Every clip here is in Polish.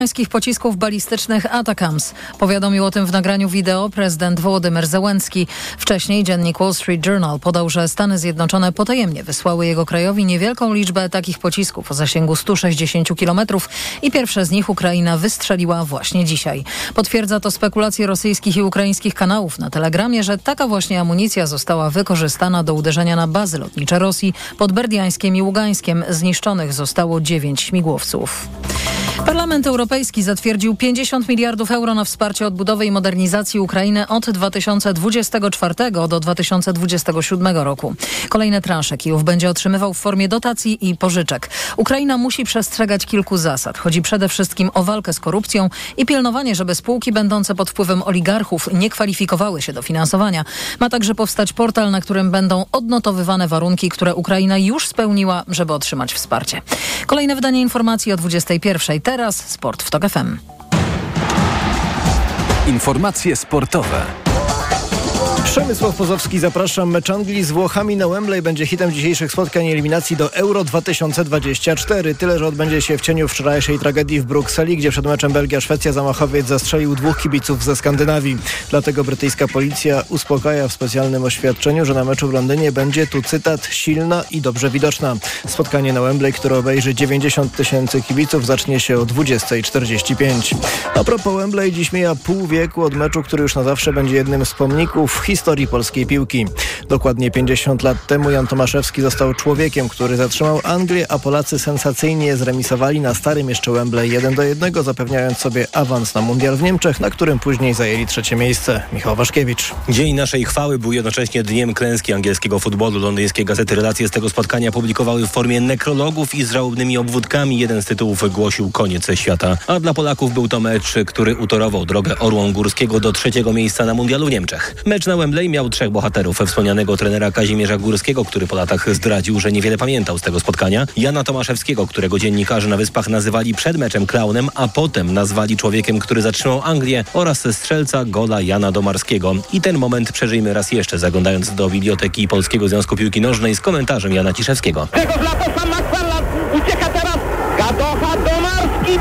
pocisków balistycznych ATACMS. Powiadomił o tym w nagraniu wideo prezydent Wołodymyr Zełenski. Wcześniej dziennik Wall Street Journal podał, że Stany Zjednoczone potajemnie wysłały jego krajowi niewielką liczbę takich pocisków o zasięgu 160 km i pierwsze z nich Ukraina wystrzeliła właśnie dzisiaj. Potwierdza to spekulacje rosyjskich i ukraińskich kanałów na Telegramie, że taka właśnie amunicja została wykorzystana do uderzenia na bazy lotnicze Rosji pod Berdiańskiem i Ługańskiem. Zniszczonych zostało 9 śmigłowców. Parlament Europejski zatwierdził 50 miliardów euro na wsparcie odbudowy i modernizacji Ukrainy od 2024 do 2027 roku. Kolejne transze Kijów będzie otrzymywał w formie dotacji i pożyczek. Ukraina musi przestrzegać kilku zasad. Chodzi przede wszystkim o walkę z korupcją i pilnowanie, żeby spółki będące pod wpływem oligarchów nie kwalifikowały się do finansowania. Ma także powstać portal, na którym będą odnotowywane warunki, które Ukraina już spełniła, żeby otrzymać wsparcie. Kolejne wydanie informacji o 21. Teraz sport w TOK FM. Informacje sportowe. Przemysław Pozowski, zapraszam. Mecz Anglii z Włochami na Wembley będzie hitem dzisiejszych spotkań eliminacji do Euro 2024. Tyle, że odbędzie się w cieniu wczorajszej tragedii w Brukseli, gdzie przed meczem Belgia-Szwecja zamachowiec zastrzelił 2 kibiców ze Skandynawii. Dlatego brytyjska policja uspokaja w specjalnym oświadczeniu, że na meczu w Londynie będzie, tu cytat, silna i dobrze widoczna. Spotkanie na Wembley, które obejrzy 90 000 kibiców, zacznie się o 20:45. A propos Wembley, dziś mija pół wieku od meczu, który już na zawsze będzie jednym z pomników historii polskiej piłki. Dokładnie 50 lat temu Jan Tomaszewski został człowiekiem, który zatrzymał Anglię, a Polacy sensacyjnie zremisowali na starym jeszcze Wembley 1-1, zapewniając sobie awans na mundial w Niemczech, na którym później zajęli 3. miejsce. Michał Waszkiewicz. Dzień naszej chwały był jednocześnie dniem klęski angielskiego futbolu. Londyńskie gazety relacje z tego spotkania publikowały w formie nekrologów i z żałobnymi obwódkami. Jeden z tytułów głosił koniec świata. A dla Polaków był to mecz, który utorował drogę Orłą Górskiego do 3. miejsca na mundialu w Niemczech. Mecz na Wembley miał 3 bohaterów. Wspomnianego trenera Kazimierza Górskiego, który po latach zdradził, że niewiele pamiętał z tego spotkania. Jana Tomaszewskiego, którego dziennikarze na Wyspach nazywali przed meczem klaunem, a potem nazwali człowiekiem, który zatrzymał Anglię, oraz strzelca gola Jana Domarskiego. I ten moment przeżyjmy raz jeszcze, zaglądając do biblioteki Polskiego Związku Piłki Nożnej z komentarzem Jana Ciszewskiego. Tego z lata sam McFarland ucieka teraz. Gadocha, Domarski.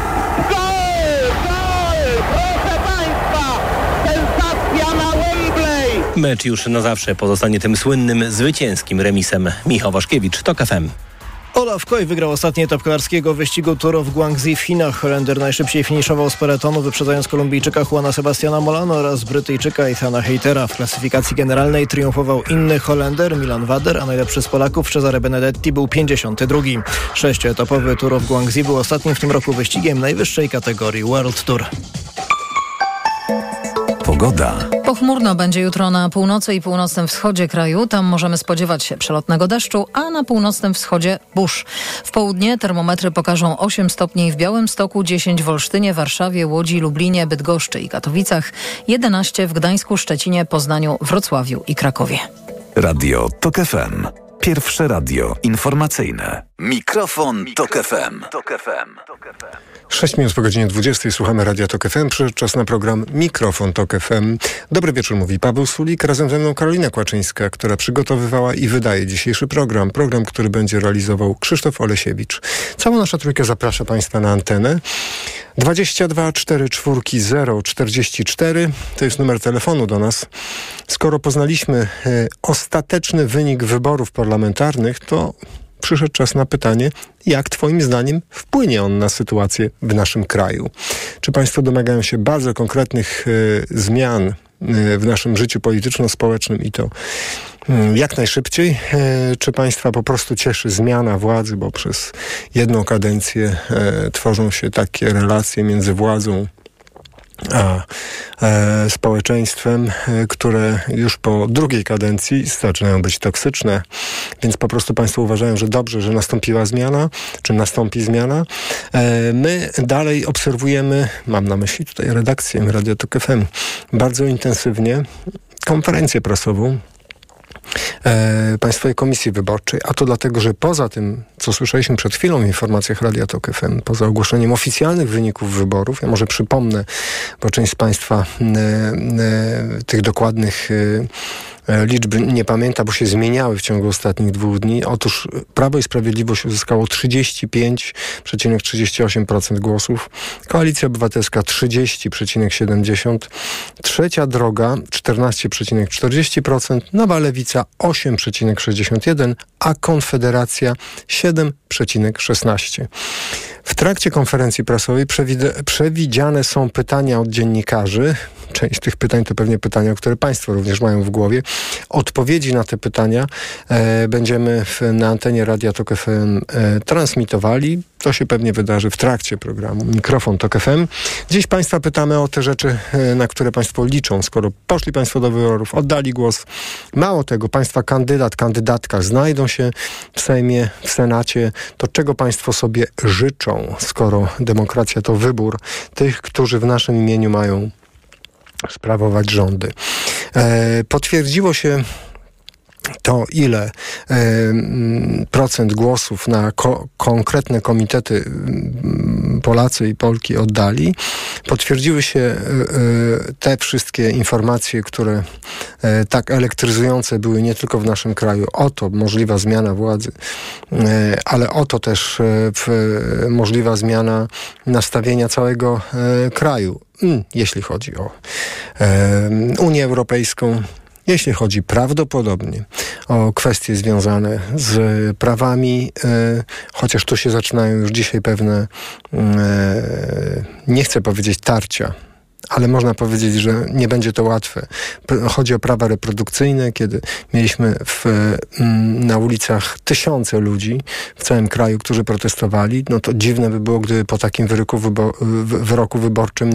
Mecz już na zawsze pozostanie tym słynnym, zwycięskim remisem. Michał Waszkiewicz, TOK FM. Olaf Koy wygrał ostatni etap kolarskiego wyścigu Tour of Guangxi w Chinach. Holender najszybciej finiszował z peletonu, wyprzedzając Kolumbijczyka Juana Sebastiana Molano oraz Brytyjczyka Ethana Heitera. W klasyfikacji generalnej triumfował inny Holender, Milan Wader, a najlepszy z Polaków Cesare Benedetti był 52. 6-etapowy Tour of Guangxi był ostatnim w tym roku wyścigiem najwyższej kategorii World Tour. Pogoda. Pochmurno będzie jutro na północy i północnym wschodzie kraju. Tam możemy spodziewać się przelotnego deszczu, a na północnym wschodzie burz. W południe termometry pokażą 8 stopni w Białymstoku, 10 w Olsztynie, Warszawie, Łodzi, Lublinie, Bydgoszczy i Katowicach, 11 w Gdańsku, Szczecinie, Poznaniu, Wrocławiu i Krakowie. Radio TOK FM. Pierwsze radio informacyjne. Mikrofon TOK FM. 6 minut po godzinie 20 słuchamy Radia TOK FM. Przyszedł czas na program Mikrofon TOK FM. Dobry wieczór, mówi Paweł Sulik. Razem ze mną Karolina Kłaczyńska, która przygotowywała i wydaje dzisiejszy program. Program, który będzie realizował Krzysztof Olesiewicz. Cała nasza trójka zaprasza Państwa na antenę. 22 44 044 to jest numer telefonu do nas. Skoro poznaliśmy ostateczny wynik wyborów parlamentarnych, to przyszedł czas na pytanie, jak Twoim zdaniem wpłynie on na sytuację w naszym kraju? Czy Państwo domagają się bardzo konkretnych zmian w naszym życiu polityczno-społecznym i to jak najszybciej? Czy Państwa po prostu cieszy zmiana władzy, bo przez jedną kadencję tworzą się takie relacje między władzą a społeczeństwem, które już po drugiej kadencji zaczynają być toksyczne, więc po prostu Państwo uważają, że dobrze, że nastąpiła zmiana, czy nastąpi zmiana. My dalej obserwujemy, mam na myśli tutaj redakcję Radia TOK FM, bardzo intensywnie konferencję prasową Państwowej Komisji Wyborczej, a to dlatego, że poza tym, co słyszeliśmy przed chwilą w informacjach Radia TOK FM, poza ogłoszeniem oficjalnych wyników wyborów, ja może przypomnę, bo część z Państwa tych dokładnych liczby nie pamięta, bo się zmieniały w ciągu ostatnich 2 dni. Otóż Prawo i Sprawiedliwość uzyskało 35,38% głosów, Koalicja Obywatelska 30,70%, Trzecia Droga 14,40%, Nowa Lewica 8,61%, a Konfederacja 7,16%. W trakcie konferencji prasowej przewidziane są pytania od dziennikarzy. Część tych pytań to pewnie pytania, które Państwo również mają w głowie. Odpowiedzi na te pytania będziemy na antenie Radia Tok FM transmitowali. To się pewnie wydarzy w trakcie programu Mikrofon Tok FM. Dziś Państwa pytamy o te rzeczy, na które Państwo liczą. Skoro poszli Państwo do wyborów, oddali głos. Mało tego, Państwa kandydatka znajdą się w Sejmie, w Senacie. To czego Państwo sobie życzą, skoro demokracja to wybór tych, którzy w naszym imieniu mają sprawować rządy. Potwierdziło się to, ile procent głosów na konkretne komitety Polacy i Polki oddali. Potwierdziły się te wszystkie informacje, które tak elektryzujące były nie tylko w naszym kraju. Oto możliwa zmiana władzy, ale oto też możliwa zmiana nastawienia całego kraju, jeśli chodzi o Unię Europejską. Jeśli chodzi prawdopodobnie o kwestie związane z prawami, chociaż tu się zaczynają już dzisiaj pewne, nie chcę powiedzieć tarcia, ale można powiedzieć, że nie będzie to łatwe. Chodzi o prawa reprodukcyjne, kiedy mieliśmy na ulicach tysiące ludzi w całym kraju, którzy protestowali. No to dziwne by było, gdyby po takim wyroku wyborczym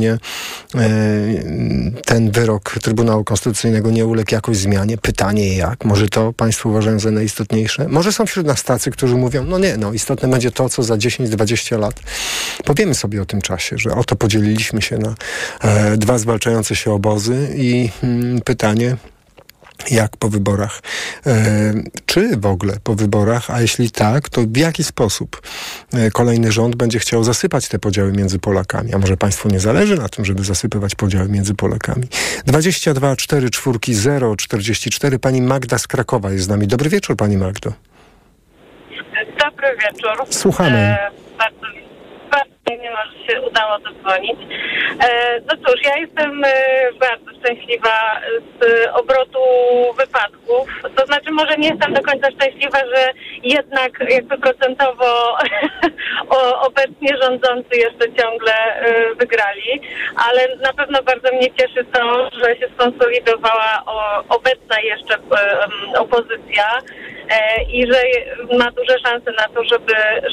ten wyrok Trybunału Konstytucyjnego nie uległ jakoś zmianie. Pytanie jak? Może to Państwo uważają za najistotniejsze? Może są wśród nas tacy, którzy mówią, istotne będzie to, co za 10-20 lat. Powiemy sobie o tym czasie, że oto podzieliliśmy się na 2 zwalczające się obozy i pytanie, jak po wyborach? Czy w ogóle po wyborach? A jeśli tak, to w jaki sposób kolejny rząd będzie chciał zasypać te podziały między Polakami? A może Państwu nie zależy na tym, żeby zasypywać podziały między Polakami? 22 4 4 0 44. Pani Magda z Krakowa jest z nami. Dobry wieczór, Pani Magdo. Dobry wieczór. Słuchamy. Bardzo nie może się udało dodzwonić. No cóż, ja jestem bardzo szczęśliwa z obrotu wypadków. To znaczy, może nie jestem do końca szczęśliwa, że jednak jakby procentowo obecnie rządzący jeszcze ciągle wygrali, ale na pewno bardzo mnie cieszy to, że się skonsolidowała obecna jeszcze opozycja i że ma duże szanse na to, żeby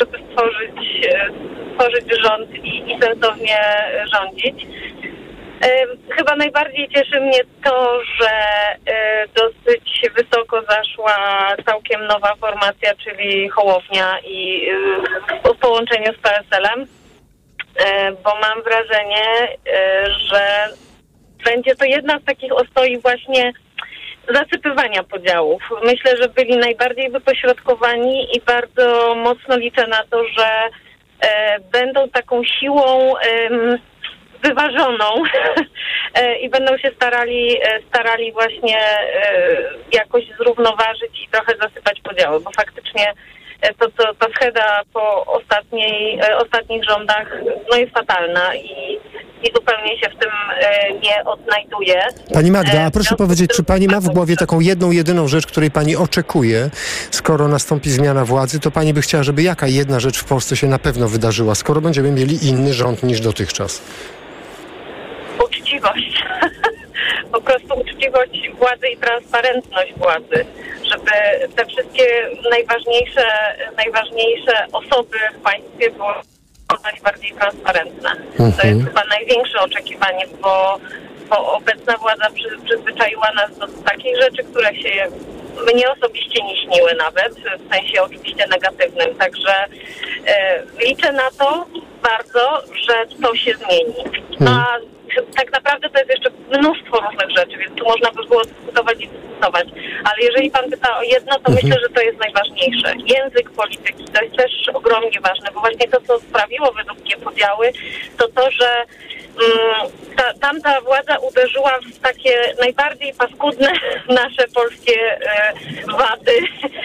stworzyć rząd i sensownie rządzić. Chyba najbardziej cieszy mnie to, że dosyć wysoko zaszła całkiem nowa formacja, czyli Hołownia i w połączeniu z PSL-em, bo mam wrażenie, że będzie to jedna z takich ostoi właśnie zasypywania podziałów. Myślę, że byli najbardziej wypośrodkowani i bardzo mocno liczę na to, że będą taką siłą wyważoną i będą się starali właśnie jakoś zrównoważyć i trochę zasypać podziały, bo faktycznie ta scheda po ostatnich rządach jest fatalna i zupełnie się w tym nie odnajduje. Pani Magda, a proszę powiedzieć, czy Pani ma w głowie taką jedyną rzecz, której Pani oczekuje, skoro nastąpi zmiana władzy, to Pani by chciała, żeby jaka jedna rzecz w Polsce się na pewno wydarzyła, skoro będziemy mieli inny rząd niż dotychczas? Uczciwość. Po prostu uczciwość władzy i transparentność władzy, żeby te wszystkie najważniejsze osoby w państwie były bardziej transparentne. To jest chyba największe oczekiwanie, bo obecna władza przyzwyczaiła nas do takich rzeczy, które się mnie osobiście nie śniły nawet, w sensie oczywiście negatywnym. Także liczę na to bardzo, że to się zmieni. A tak naprawdę to jest jeszcze mnóstwo różnych rzeczy, więc tu można by było dyskutować. Ale jeżeli pan pyta o jedno, to myślę, że to jest najważniejsze. Język polityki to jest też ogromnie ważne, bo właśnie to, co sprawiło według mnie podziały, to, że tamta władza uderzyła w takie najbardziej paskudne nasze polskie wady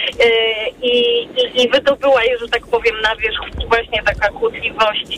i wydobyła je, że tak powiem, na wierzch właśnie taka kłótliwość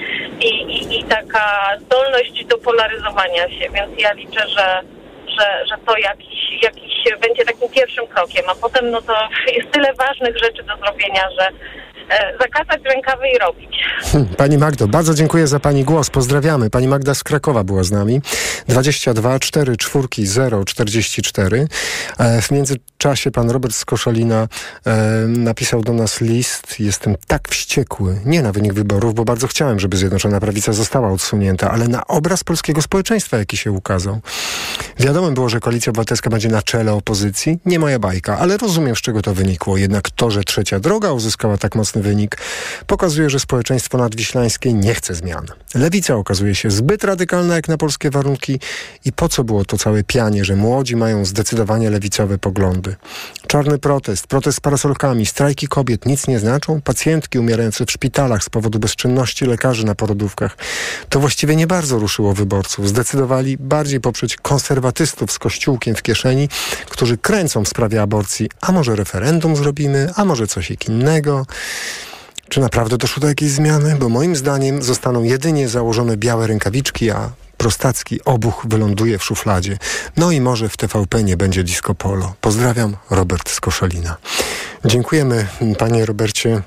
i taka zdolność do polaryzowania się, więc ja liczę, że to jakiś będzie takim pierwszym krokiem, a potem no to jest tyle ważnych rzeczy do zrobienia, że zakasać rękawy i robić. Pani Magdo, bardzo dziękuję za Pani głos. Pozdrawiamy. Pani Magda z Krakowa była z nami. 22 44 044. W międzyczasie pan Robert z Koszalina napisał do nas list. Jestem tak wściekły. Nie na wynik wyborów, bo bardzo chciałem, żeby Zjednoczona Prawica została odsunięta, ale na obraz polskiego społeczeństwa, jaki się ukazał. Wiadomo było, że Koalicja Obywatelska będzie na czele opozycji. Nie moja bajka, ale rozumiem, z czego to wynikło. Jednak to, że Trzecia Droga uzyskała tak mocny wynik, pokazuje, że społeczeństwo nadwiślańskie nie chce zmian. Lewica okazuje się zbyt radykalna jak na polskie warunki i po co było to całe pianie, że młodzi mają zdecydowanie lewicowe poglądy. Czarny protest z parasolkami, strajki kobiet nic nie znaczą, pacjentki umierające w szpitalach z powodu bezczynności lekarzy na porodówkach. To właściwie nie bardzo ruszyło wyborców. Zdecydowali bardziej poprzeć konserwatystów z kościółkiem w kieszeni, którzy kręcą w sprawie aborcji. A może referendum zrobimy, a może coś innego. Czy naprawdę doszło do jakiejś zmiany? Bo moim zdaniem zostaną jedynie założone białe rękawiczki, a prostacki obuch wyląduje w szufladzie. No i może w TVP nie będzie disco polo. Pozdrawiam, Robert z Koszalina. Dziękujemy, panie Robercie,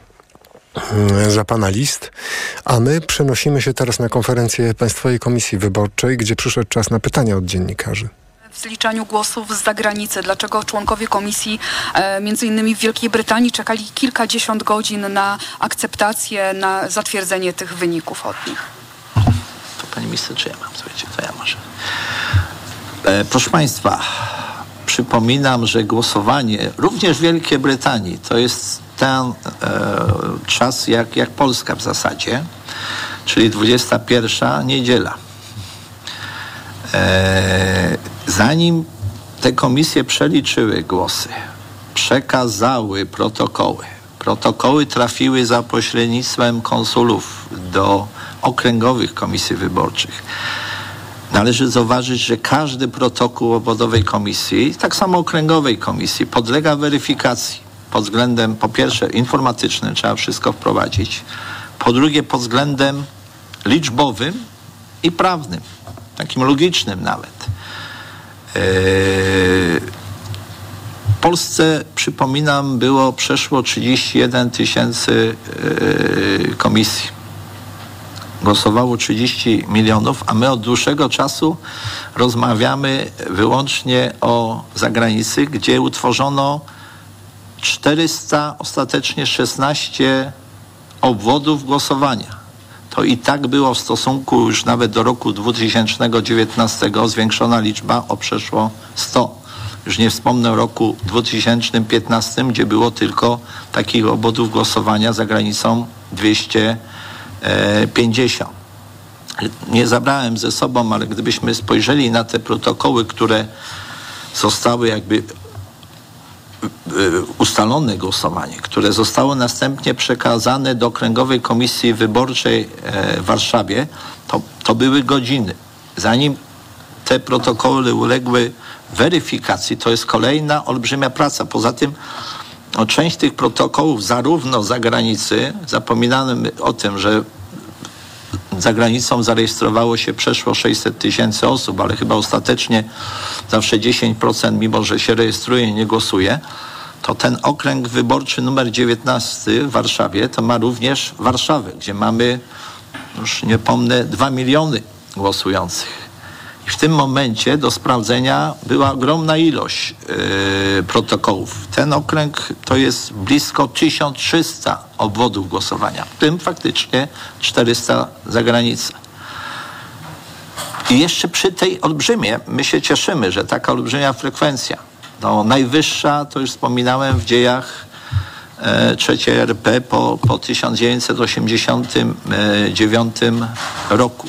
za pana list, a my przenosimy się teraz na konferencję Państwowej Komisji Wyborczej, gdzie przyszedł czas na pytania od dziennikarzy. W zliczaniu głosów z zagranicy. Dlaczego członkowie komisji, między innymi w Wielkiej Brytanii, czekali kilkadziesiąt godzin na akceptację, na zatwierdzenie tych wyników od nich? To pani minister, czy ja mam? Słuchajcie, to ja może. Proszę państwa, przypominam, że głosowanie również w Wielkiej Brytanii to jest ten czas jak Polska w zasadzie, czyli 21 niedziela. Zanim te komisje przeliczyły głosy, przekazały protokoły. Protokoły trafiły za pośrednictwem konsulów do okręgowych komisji wyborczych. Należy zauważyć, że każdy protokół obwodowej komisji, tak samo okręgowej komisji, podlega weryfikacji pod względem, po pierwsze, informatycznym, trzeba wszystko wprowadzić, po drugie, pod względem liczbowym i prawnym, takim logicznym nawet. W Polsce, przypominam, przeszło 31 tysięcy komisji. Głosowało 30 milionów, a my od dłuższego czasu rozmawiamy wyłącznie o zagranicy, gdzie utworzono 400, ostatecznie 16 obwodów głosowania. To i tak było w stosunku już nawet do roku 2019 zwiększona liczba o przeszło 100. Już nie wspomnę o roku 2015, gdzie było tylko takich obwodów głosowania za granicą 250. Nie zabrałem ze sobą, ale gdybyśmy spojrzeli na te protokoły, które zostały jakby ustalone głosowanie, które zostało następnie przekazane do Okręgowej Komisji Wyborczej w Warszawie, to były godziny. Zanim te protokoły uległy weryfikacji, to jest kolejna olbrzymia praca. Poza tym część tych protokołów zarówno z zagranicy, zapominamy o tym, że za granicą zarejestrowało się przeszło 600 tysięcy osób, ale chyba ostatecznie zawsze 10%, mimo że się rejestruje, nie głosuje, to ten okręg wyborczy numer 19 w Warszawie to ma również Warszawę, gdzie mamy, już nie pomnę, 2 miliony głosujących. I w tym momencie do sprawdzenia była ogromna ilość protokołów. Ten okręg to jest blisko 1300 obwodów głosowania, w tym faktycznie 400 za granicą. I jeszcze przy tej olbrzymie, my się cieszymy, że taka olbrzymia frekwencja, no najwyższa, to już wspominałem, w dziejach III RP po 1989 roku.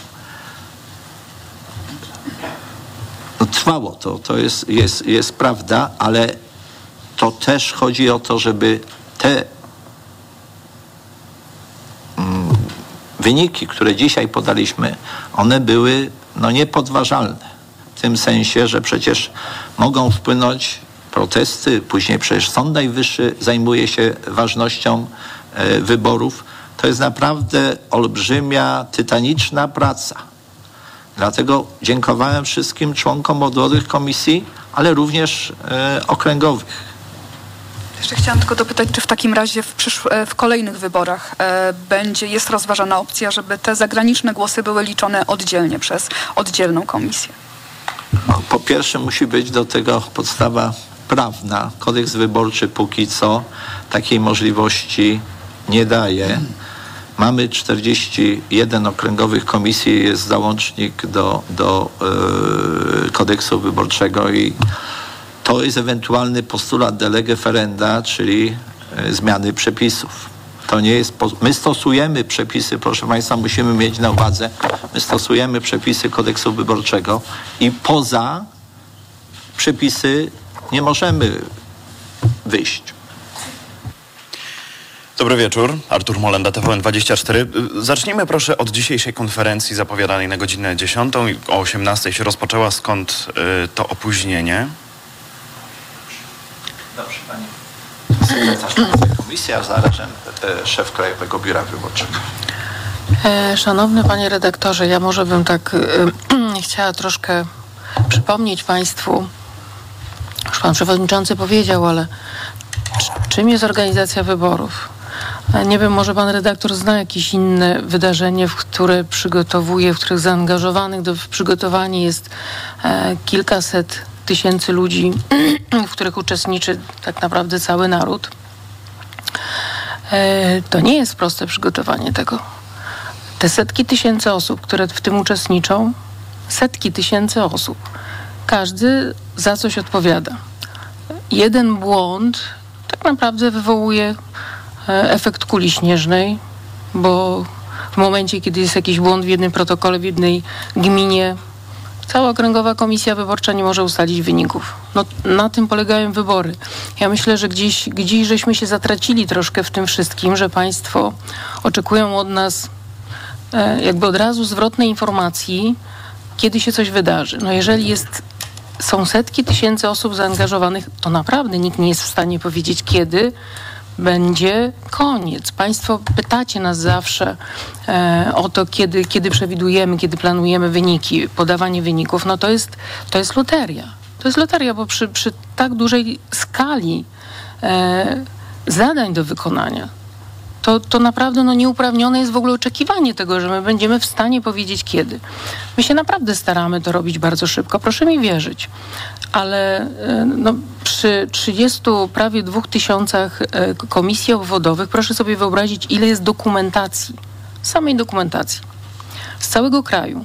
No, trwało to jest prawda, ale to też chodzi o to, żeby te wyniki, które dzisiaj podaliśmy, one były niepodważalne. W tym sensie, że przecież mogą wpłynąć protesty, później przecież Sąd Najwyższy zajmuje się ważnością wyborów. To jest naprawdę olbrzymia, tytaniczna praca. Dlatego dziękowałem wszystkim członkom obwodowych komisji, ale również okręgowych. Jeszcze chciałam tylko dopytać, czy w takim razie w kolejnych wyborach jest rozważana opcja, żeby te zagraniczne głosy były liczone oddzielnie przez oddzielną komisję? Po pierwsze musi być do tego podstawa prawna. Kodeks wyborczy póki co takiej możliwości nie daje. Mamy 41 okręgowych komisji, jest załącznik do kodeksu wyborczego i to jest ewentualny postulat de lege ferenda, czyli zmiany przepisów. To nie jest... My stosujemy przepisy, proszę Państwa, musimy mieć na uwadze, my stosujemy przepisy kodeksu wyborczego i poza przepisy nie możemy wyjść. Dobry wieczór. Artur Molenda, TVN24. Zacznijmy proszę od dzisiejszej konferencji zapowiadanej na godzinę 10. O 18 się rozpoczęła. Skąd to opóźnienie? Dobrze, Pani sekretarz komisji, a zarazem szef Krajowego Biura Wyborczego. Szanowny Panie Redaktorze, ja może bym tak chciała troszkę przypomnieć Państwu, już Pan Przewodniczący powiedział, ale czym jest organizacja wyborów? Nie wiem, może Pan Redaktor zna jakieś inne wydarzenie, w które przygotowuje, w których zaangażowanych w przygotowanie jest kilkaset tysięcy ludzi, w których uczestniczy tak naprawdę cały naród. To nie jest proste przygotowanie tego. Te setki tysięcy osób, które w tym uczestniczą, setki tysięcy osób, każdy za coś odpowiada. Jeden błąd tak naprawdę wywołuje efekt kuli śnieżnej, bo w momencie, kiedy jest jakiś błąd w jednym protokole, w jednej gminie, cała okręgowa komisja wyborcza nie może ustalić wyników. No, na tym polegają wybory. Ja myślę, że gdzieś żeśmy się zatracili troszkę w tym wszystkim, że państwo oczekują od nas jakby od razu zwrotnej informacji, kiedy się coś wydarzy. No jeżeli są setki tysięcy osób zaangażowanych, to naprawdę nikt nie jest w stanie powiedzieć, kiedy będzie koniec. Państwo pytacie nas zawsze o to, kiedy przewidujemy, kiedy planujemy wyniki, podawanie wyników. No to jest loteria. To jest loteria, bo przy tak dużej skali zadań do wykonania to naprawdę nieuprawnione jest w ogóle oczekiwanie tego, że my będziemy w stanie powiedzieć kiedy. My się naprawdę staramy to robić bardzo szybko. Proszę mi wierzyć. Ale przy 30 prawie 2000 komisji obwodowych proszę sobie wyobrazić, ile jest dokumentacji. Samej dokumentacji. Z całego kraju.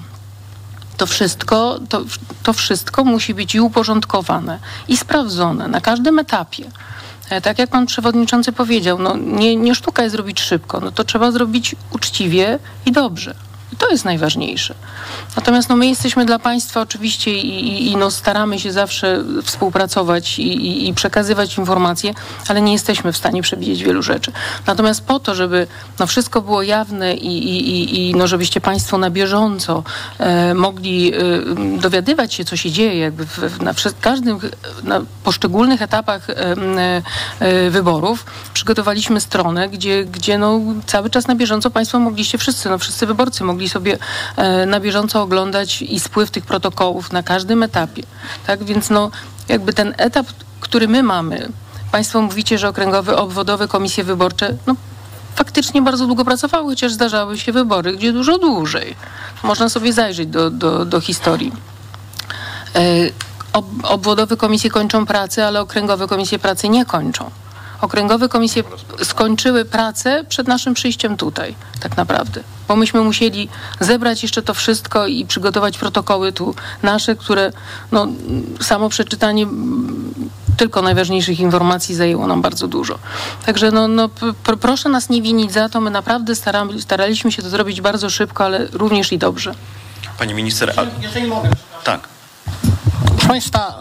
To wszystko musi być i uporządkowane, i sprawdzone na każdym etapie. Tak jak pan przewodniczący powiedział, nie sztuka jest zrobić szybko, to trzeba zrobić uczciwie i dobrze. I to jest najważniejsze. Natomiast my jesteśmy dla państwa oczywiście i staramy się zawsze współpracować i przekazywać informacje, ale nie jesteśmy w stanie przewidzieć wielu rzeczy. Natomiast po to, żeby wszystko było jawne i żebyście państwo na bieżąco mogli dowiadywać się, co się dzieje jakby na poszczególnych etapach wyborów, przygotowaliśmy stronę, gdzie cały czas na bieżąco państwo mogliście wszyscy wyborcy mogli sobie na bieżąco oglądać i spływ tych protokołów na każdym etapie. Tak więc jakby ten etap, który my mamy, państwo mówicie, że okręgowe, obwodowe komisje wyborcze, faktycznie bardzo długo pracowały, chociaż zdarzały się wybory, gdzie dużo dłużej. Można sobie zajrzeć do historii. Obwodowe komisje kończą pracę, ale okręgowe komisje pracy nie kończą. Okręgowe komisje skończyły pracę przed naszym przyjściem tutaj, tak naprawdę. Bo myśmy musieli zebrać jeszcze to wszystko i przygotować protokoły tu nasze, które samo przeczytanie tylko najważniejszych informacji zajęło nam bardzo dużo. Także proszę nas nie winić za to. My naprawdę staraliśmy się to zrobić bardzo szybko, ale również i dobrze. Pani minister... Jeżeli mogę. Tak. Proszę Państwa,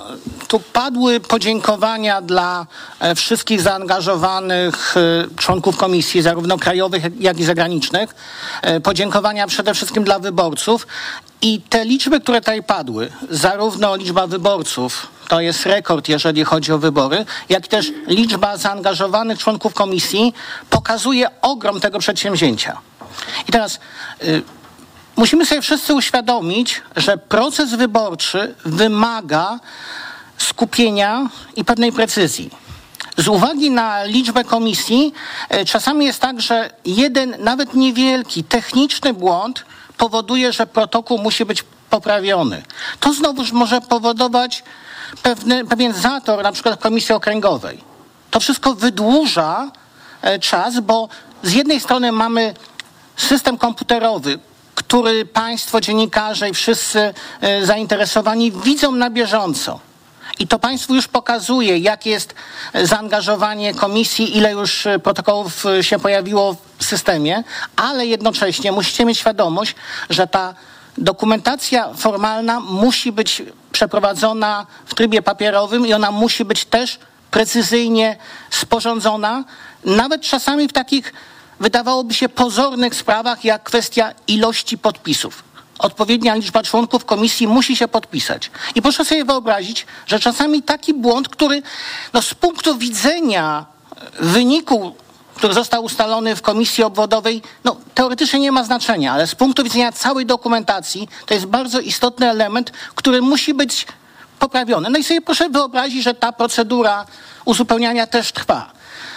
Tu padły podziękowania dla wszystkich zaangażowanych członków komisji, zarówno krajowych, jak i zagranicznych. Podziękowania przede wszystkim dla wyborców. I te liczby, które tutaj padły, zarówno liczba wyborców, to jest rekord, jeżeli chodzi o wybory, jak i też liczba zaangażowanych członków komisji, pokazuje ogrom tego przedsięwzięcia. I teraz musimy sobie wszyscy uświadomić, że proces wyborczy wymaga skupienia i pewnej precyzji. Z uwagi na liczbę komisji, czasami jest tak, że jeden, nawet niewielki, techniczny błąd powoduje, że protokół musi być poprawiony. To znowuż może powodować pewien zator, na przykład komisji okręgowej. To wszystko wydłuża czas, bo z jednej strony mamy system komputerowy, który państwo, dziennikarze i wszyscy zainteresowani widzą na bieżąco. I to państwu już pokazuje, jakie jest zaangażowanie komisji, ile już protokołów się pojawiło w systemie, ale jednocześnie musicie mieć świadomość, że ta dokumentacja formalna musi być przeprowadzona w trybie papierowym i ona musi być też precyzyjnie sporządzona, nawet czasami w takich, wydawałoby się, pozornych sprawach, jak kwestia ilości podpisów. Odpowiednia liczba członków komisji musi się podpisać. I proszę sobie wyobrazić, że czasami taki błąd, który z punktu widzenia wyniku, który został ustalony w komisji obwodowej, teoretycznie nie ma znaczenia, ale z punktu widzenia całej dokumentacji to jest bardzo istotny element, który musi być poprawiony. No i sobie proszę wyobrazić, że ta procedura uzupełniania też trwa.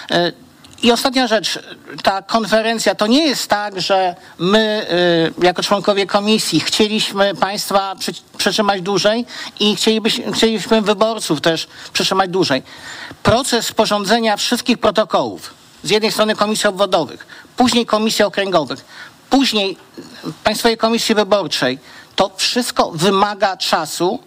I ostatnia rzecz, ta konferencja, to nie jest tak, że my jako członkowie komisji chcieliśmy państwa przytrzymać dłużej i chcieliśmy wyborców też przytrzymać dłużej. Proces sporządzenia wszystkich protokołów, z jednej strony komisji obwodowych, później komisji okręgowych, później Państwowej Komisji Wyborczej, to wszystko wymaga czasu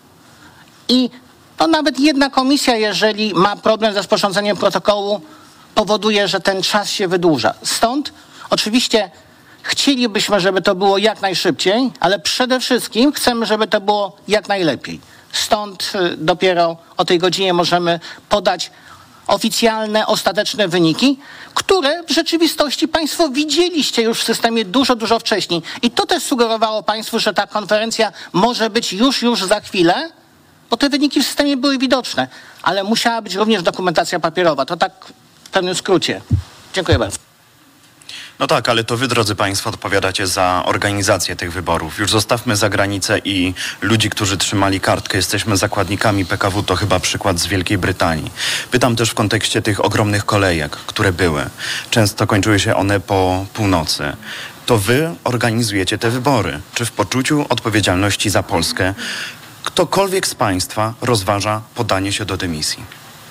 i nawet jedna komisja, jeżeli ma problem ze sporządzeniem protokołu, powoduje, że ten czas się wydłuża. Stąd oczywiście chcielibyśmy, żeby to było jak najszybciej, ale przede wszystkim chcemy, żeby to było jak najlepiej. Stąd dopiero o tej godzinie możemy podać oficjalne, ostateczne wyniki, które w rzeczywistości Państwo widzieliście już w systemie dużo, dużo wcześniej. I to też sugerowało Państwu, że ta konferencja może być już za chwilę, bo te wyniki w systemie były widoczne, ale musiała być również dokumentacja papierowa. To tak w pewnym skrócie. Dziękuję bardzo. No tak, ale to wy, drodzy Państwo, odpowiadacie za organizację tych wyborów. Już zostawmy za granicę i ludzi, którzy trzymali kartkę. Jesteśmy zakładnikami PKW, to chyba przykład z Wielkiej Brytanii. Pytam też w kontekście tych ogromnych kolejek, które były. Często kończyły się one po północy. To wy organizujecie te wybory. Czy w poczuciu odpowiedzialności za Polskę ktokolwiek z Państwa rozważa podanie się do dymisji?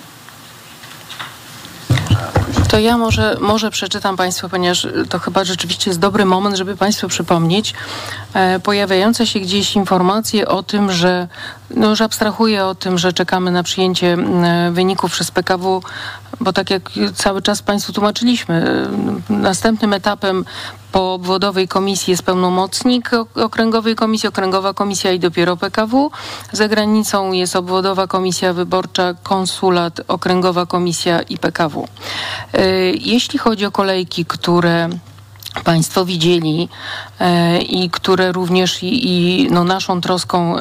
To ja może przeczytam Państwu, ponieważ to chyba rzeczywiście jest dobry moment, żeby Państwu przypomnieć pojawiające się gdzieś informacje o tym, że już abstrahuję o tym, że czekamy na przyjęcie wyników przez PKW, bo tak jak cały czas Państwu tłumaczyliśmy, następnym etapem po obwodowej komisji jest pełnomocnik okręgowej komisji, okręgowa komisja i dopiero PKW. Za granicą jest obwodowa komisja wyborcza, konsulat, okręgowa komisja i PKW. Jeśli chodzi o kolejki, które Państwo widzieli i które również naszą troską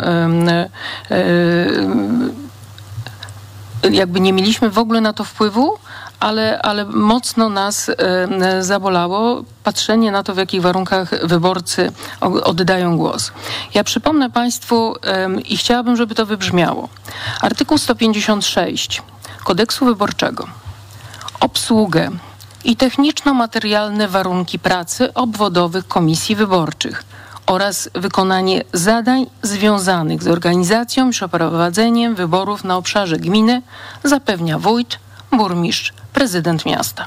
jakby nie mieliśmy w ogóle na to wpływu, ale mocno nas zabolało patrzenie na to, w jakich warunkach wyborcy oddają głos. Ja przypomnę Państwu i chciałabym, żeby to wybrzmiało. Artykuł 156 Kodeksu Wyborczego. Obsługę i techniczno-materialne warunki pracy obwodowych komisji wyborczych oraz wykonanie zadań związanych z organizacją i przeprowadzeniem wyborów na obszarze gminy zapewnia wójt, burmistrz, prezydent miasta.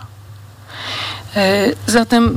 Zatem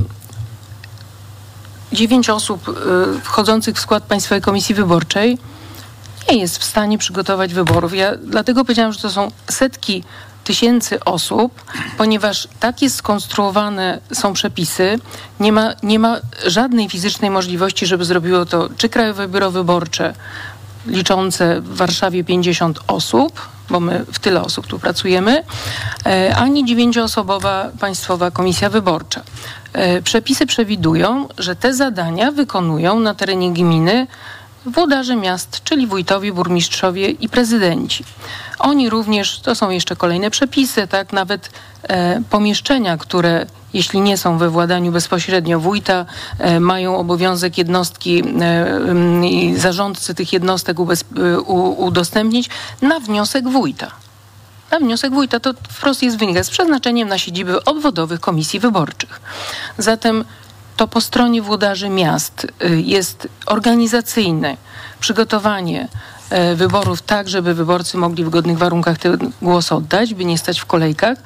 9 osób wchodzących w skład Państwowej Komisji Wyborczej nie jest w stanie przygotować wyborów. Ja dlatego powiedziałam, że to są setki tysięcy osób, ponieważ takie skonstruowane są przepisy, nie ma żadnej fizycznej możliwości, żeby zrobiło to czy Krajowe Biuro Wyborcze, liczące w Warszawie 50 osób, bo my w tyle osób tu pracujemy, ani 9-osobowa Państwowa Komisja Wyborcza. Przepisy przewidują, że te zadania wykonują na terenie gminy włodarze miast, czyli wójtowie, burmistrzowie i prezydenci. Oni również, to są jeszcze kolejne przepisy, tak, nawet pomieszczenia, które jeśli nie są we władaniu bezpośrednio wójta, mają obowiązek jednostki i zarządcy tych jednostek udostępnić na wniosek wójta. Na wniosek wójta to wprost wynika z przeznaczeniem na siedziby obwodowych komisji wyborczych. Zatem to po stronie włodarzy miast jest organizacyjne przygotowanie wyborów tak, żeby wyborcy mogli w godnych warunkach ten głos oddać, by nie stać w kolejkach.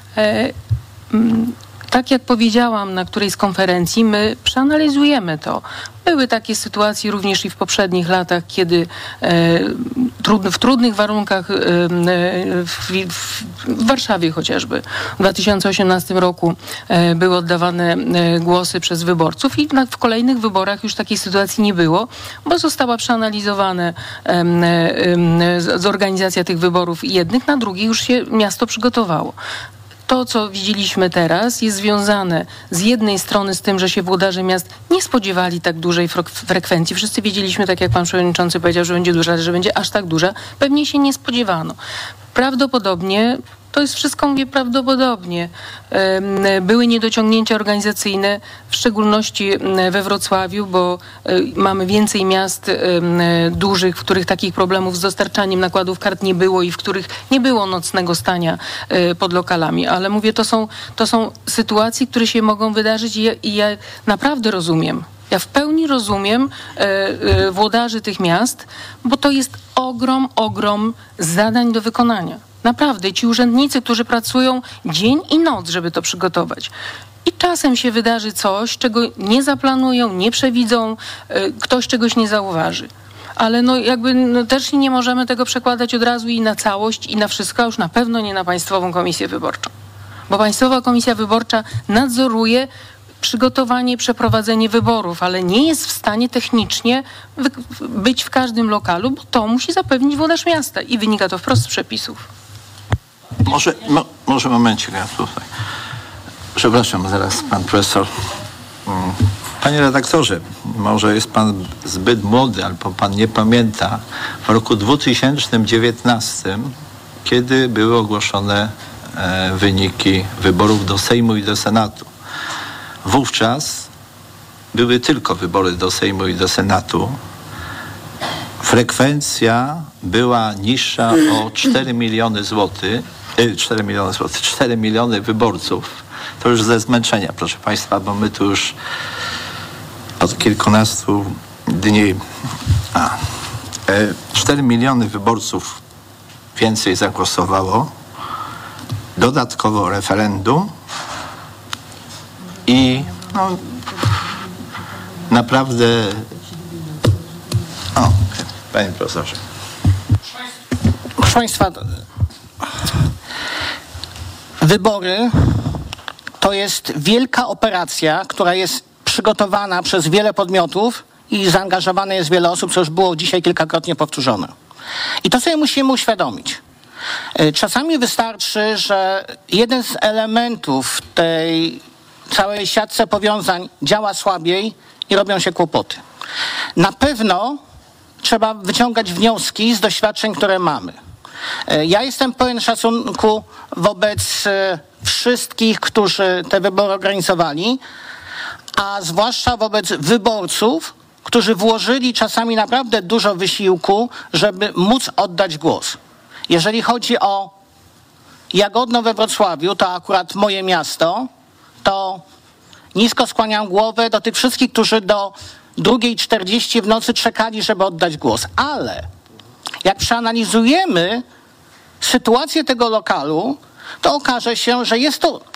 Tak jak powiedziałam na którejś z konferencji, my przeanalizujemy to. Były takie sytuacje również i w poprzednich latach, kiedy w trudnych warunkach w Warszawie chociażby w 2018 roku były oddawane głosy przez wyborców i w kolejnych wyborach już takiej sytuacji nie było, bo została przeanalizowana zorganizacja tych wyborów jednych, na drugich już się miasto przygotowało. To, co widzieliśmy teraz, jest związane z jednej strony z tym, że się włodarze miast nie spodziewali tak dużej frekwencji. Wszyscy wiedzieliśmy, tak jak pan przewodniczący powiedział, że będzie duża, ale że będzie aż tak duża. Pewnie się nie spodziewano. Prawdopodobnie, to jest wszystko, mówię prawdopodobnie, były niedociągnięcia organizacyjne, w szczególności we Wrocławiu, bo mamy więcej miast dużych, w których takich problemów z dostarczaniem nakładów kart nie było i w których nie było nocnego stania pod lokalami. Ale mówię, to są sytuacje, które się mogą wydarzyć i ja naprawdę rozumiem. Ja w pełni rozumiem włodarzy tych miast, bo to jest ogrom zadań do wykonania. Naprawdę, ci urzędnicy, którzy pracują dzień i noc, żeby to przygotować. I czasem się wydarzy coś, czego nie zaplanują, nie przewidzą, ktoś czegoś nie zauważy. Ale też nie możemy tego przekładać od razu i na całość, i na wszystko, a już na pewno nie na Państwową Komisję Wyborczą. Bo Państwowa Komisja Wyborcza nadzoruje przygotowanie, przeprowadzenie wyborów, ale nie jest w stanie technicznie być w każdym lokalu, bo to musi zapewnić włodarz miasta i wynika to wprost z przepisów. Może momencik, ja tutaj. Przepraszam, zaraz pan profesor. Panie redaktorze, może jest pan zbyt młody, albo pan nie pamięta, w roku 2019, kiedy były ogłoszone wyniki wyborów do Sejmu i do Senatu. Wówczas były tylko wybory do Sejmu i do Senatu. Frekwencja była niższa o 4 miliony wyborców. To już ze zmęczenia, proszę państwa, bo my tu już od kilkunastu dni 4 miliony wyborców więcej zagłosowało. Dodatkowo referendum i naprawdę panie profesorze. Proszę państwa, wybory to jest wielka operacja, która jest przygotowana przez wiele podmiotów i zaangażowane jest wiele osób, co już było dzisiaj kilkakrotnie powtórzone. I to sobie musimy uświadomić. Czasami wystarczy, że jeden z elementów tej całej siatce powiązań działa słabiej i robią się kłopoty. Na pewno trzeba wyciągać wnioski z doświadczeń, które mamy. Ja jestem pełen szacunku wobec wszystkich, którzy te wybory organizowali, a zwłaszcza wobec wyborców, którzy włożyli czasami naprawdę dużo wysiłku, żeby móc oddać głos. Jeżeli chodzi o Jagodno we Wrocławiu, to akurat moje miasto, to nisko skłaniam głowę do tych wszystkich, którzy do 2:40 w nocy czekali, żeby oddać głos. Ale jak przeanalizujemy sytuację tego lokalu, to okaże się, że jest to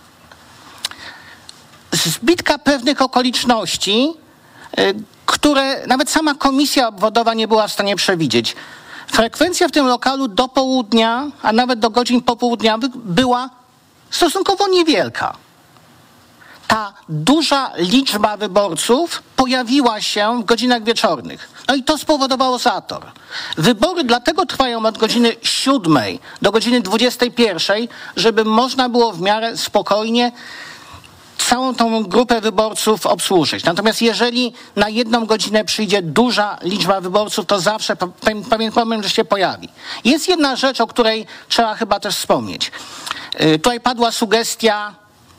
zbitka pewnych okoliczności, które nawet sama komisja obwodowa nie była w stanie przewidzieć. Frekwencja w tym lokalu do południa, a nawet do godzin popołudniowych była stosunkowo niewielka. ta duża liczba wyborców pojawiła się w godzinach wieczornych. No i to spowodowało zator. Wybory dlatego trwają od godziny 7 do godziny 21, żeby można było w miarę spokojnie całą tą grupę wyborców obsłużyć. Natomiast jeżeli na 1 godzinę przyjdzie duża liczba wyborców, to zawsze pewien problem, że się pojawi. Jest jedna rzecz, o której trzeba chyba też wspomnieć. Tutaj padła sugestia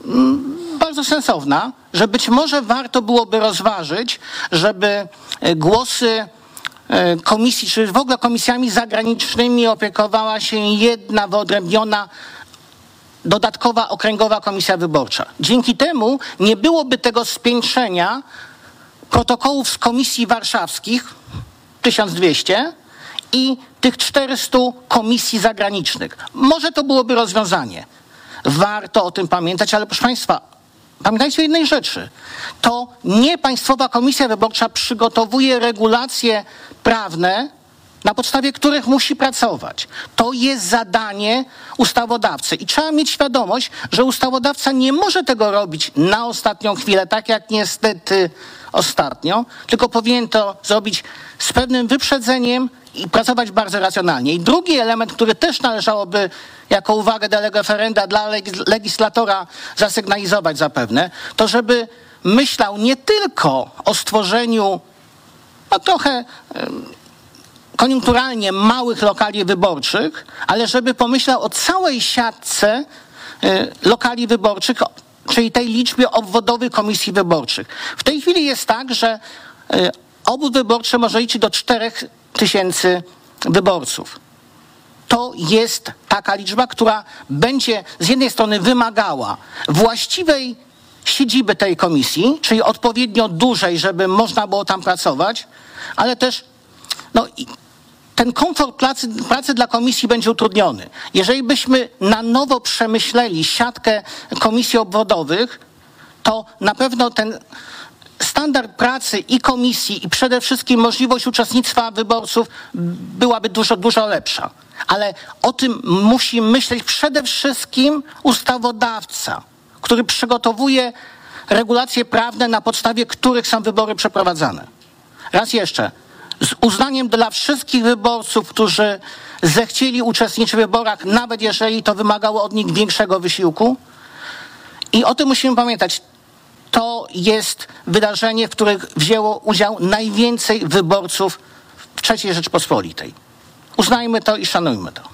bardzo sensowna, że być może warto byłoby rozważyć, żeby głosy komisji, czy w ogóle komisjami zagranicznymi opiekowała się jedna wyodrębniona dodatkowa okręgowa komisja wyborcza. Dzięki temu nie byłoby tego spiętrzenia protokołów z komisji warszawskich, 1200, i tych 400 komisji zagranicznych. Może to byłoby rozwiązanie. Warto o tym pamiętać, ale proszę Państwa, pamiętajcie o jednej rzeczy. To nie Państwowa Komisja Wyborcza przygotowuje regulacje prawne, na podstawie których musi pracować. To jest zadanie ustawodawcy. I trzeba mieć świadomość, że ustawodawca nie może tego robić na ostatnią chwilę, tak jak niestety ostatnio, tylko powinien to zrobić z pewnym wyprzedzeniem i pracować bardzo racjonalnie. I drugi element, który też należałoby jako uwagę de lege ferenda dla legislatora zasygnalizować zapewne, to żeby myślał nie tylko o stworzeniu trochę koniunkturalnie małych lokali wyborczych, ale żeby pomyślał o całej siatce lokali wyborczych, czyli tej liczbie obwodowych komisji wyborczych. W tej chwili jest tak, że obwód wyborczy może liczyć do 4000 wyborców. To jest taka liczba, która będzie z jednej strony wymagała właściwej siedziby tej komisji, czyli odpowiednio dużej, żeby można było tam pracować, ale też ten komfort pracy dla komisji będzie utrudniony. Jeżeli byśmy na nowo przemyśleli siatkę komisji obwodowych, to na pewno ten standard pracy i komisji i przede wszystkim możliwość uczestnictwa wyborców byłaby dużo, dużo lepsza. Ale o tym musi myśleć przede wszystkim ustawodawca, który przygotowuje regulacje prawne, na podstawie których są wybory przeprowadzane. Raz jeszcze, z uznaniem dla wszystkich wyborców, którzy zechcieli uczestniczyć w wyborach, nawet jeżeli to wymagało od nich większego wysiłku. I o tym musimy pamiętać. To jest wydarzenie, w którym wzięło udział najwięcej wyborców w III Rzeczpospolitej. Uznajmy to i szanujmy to.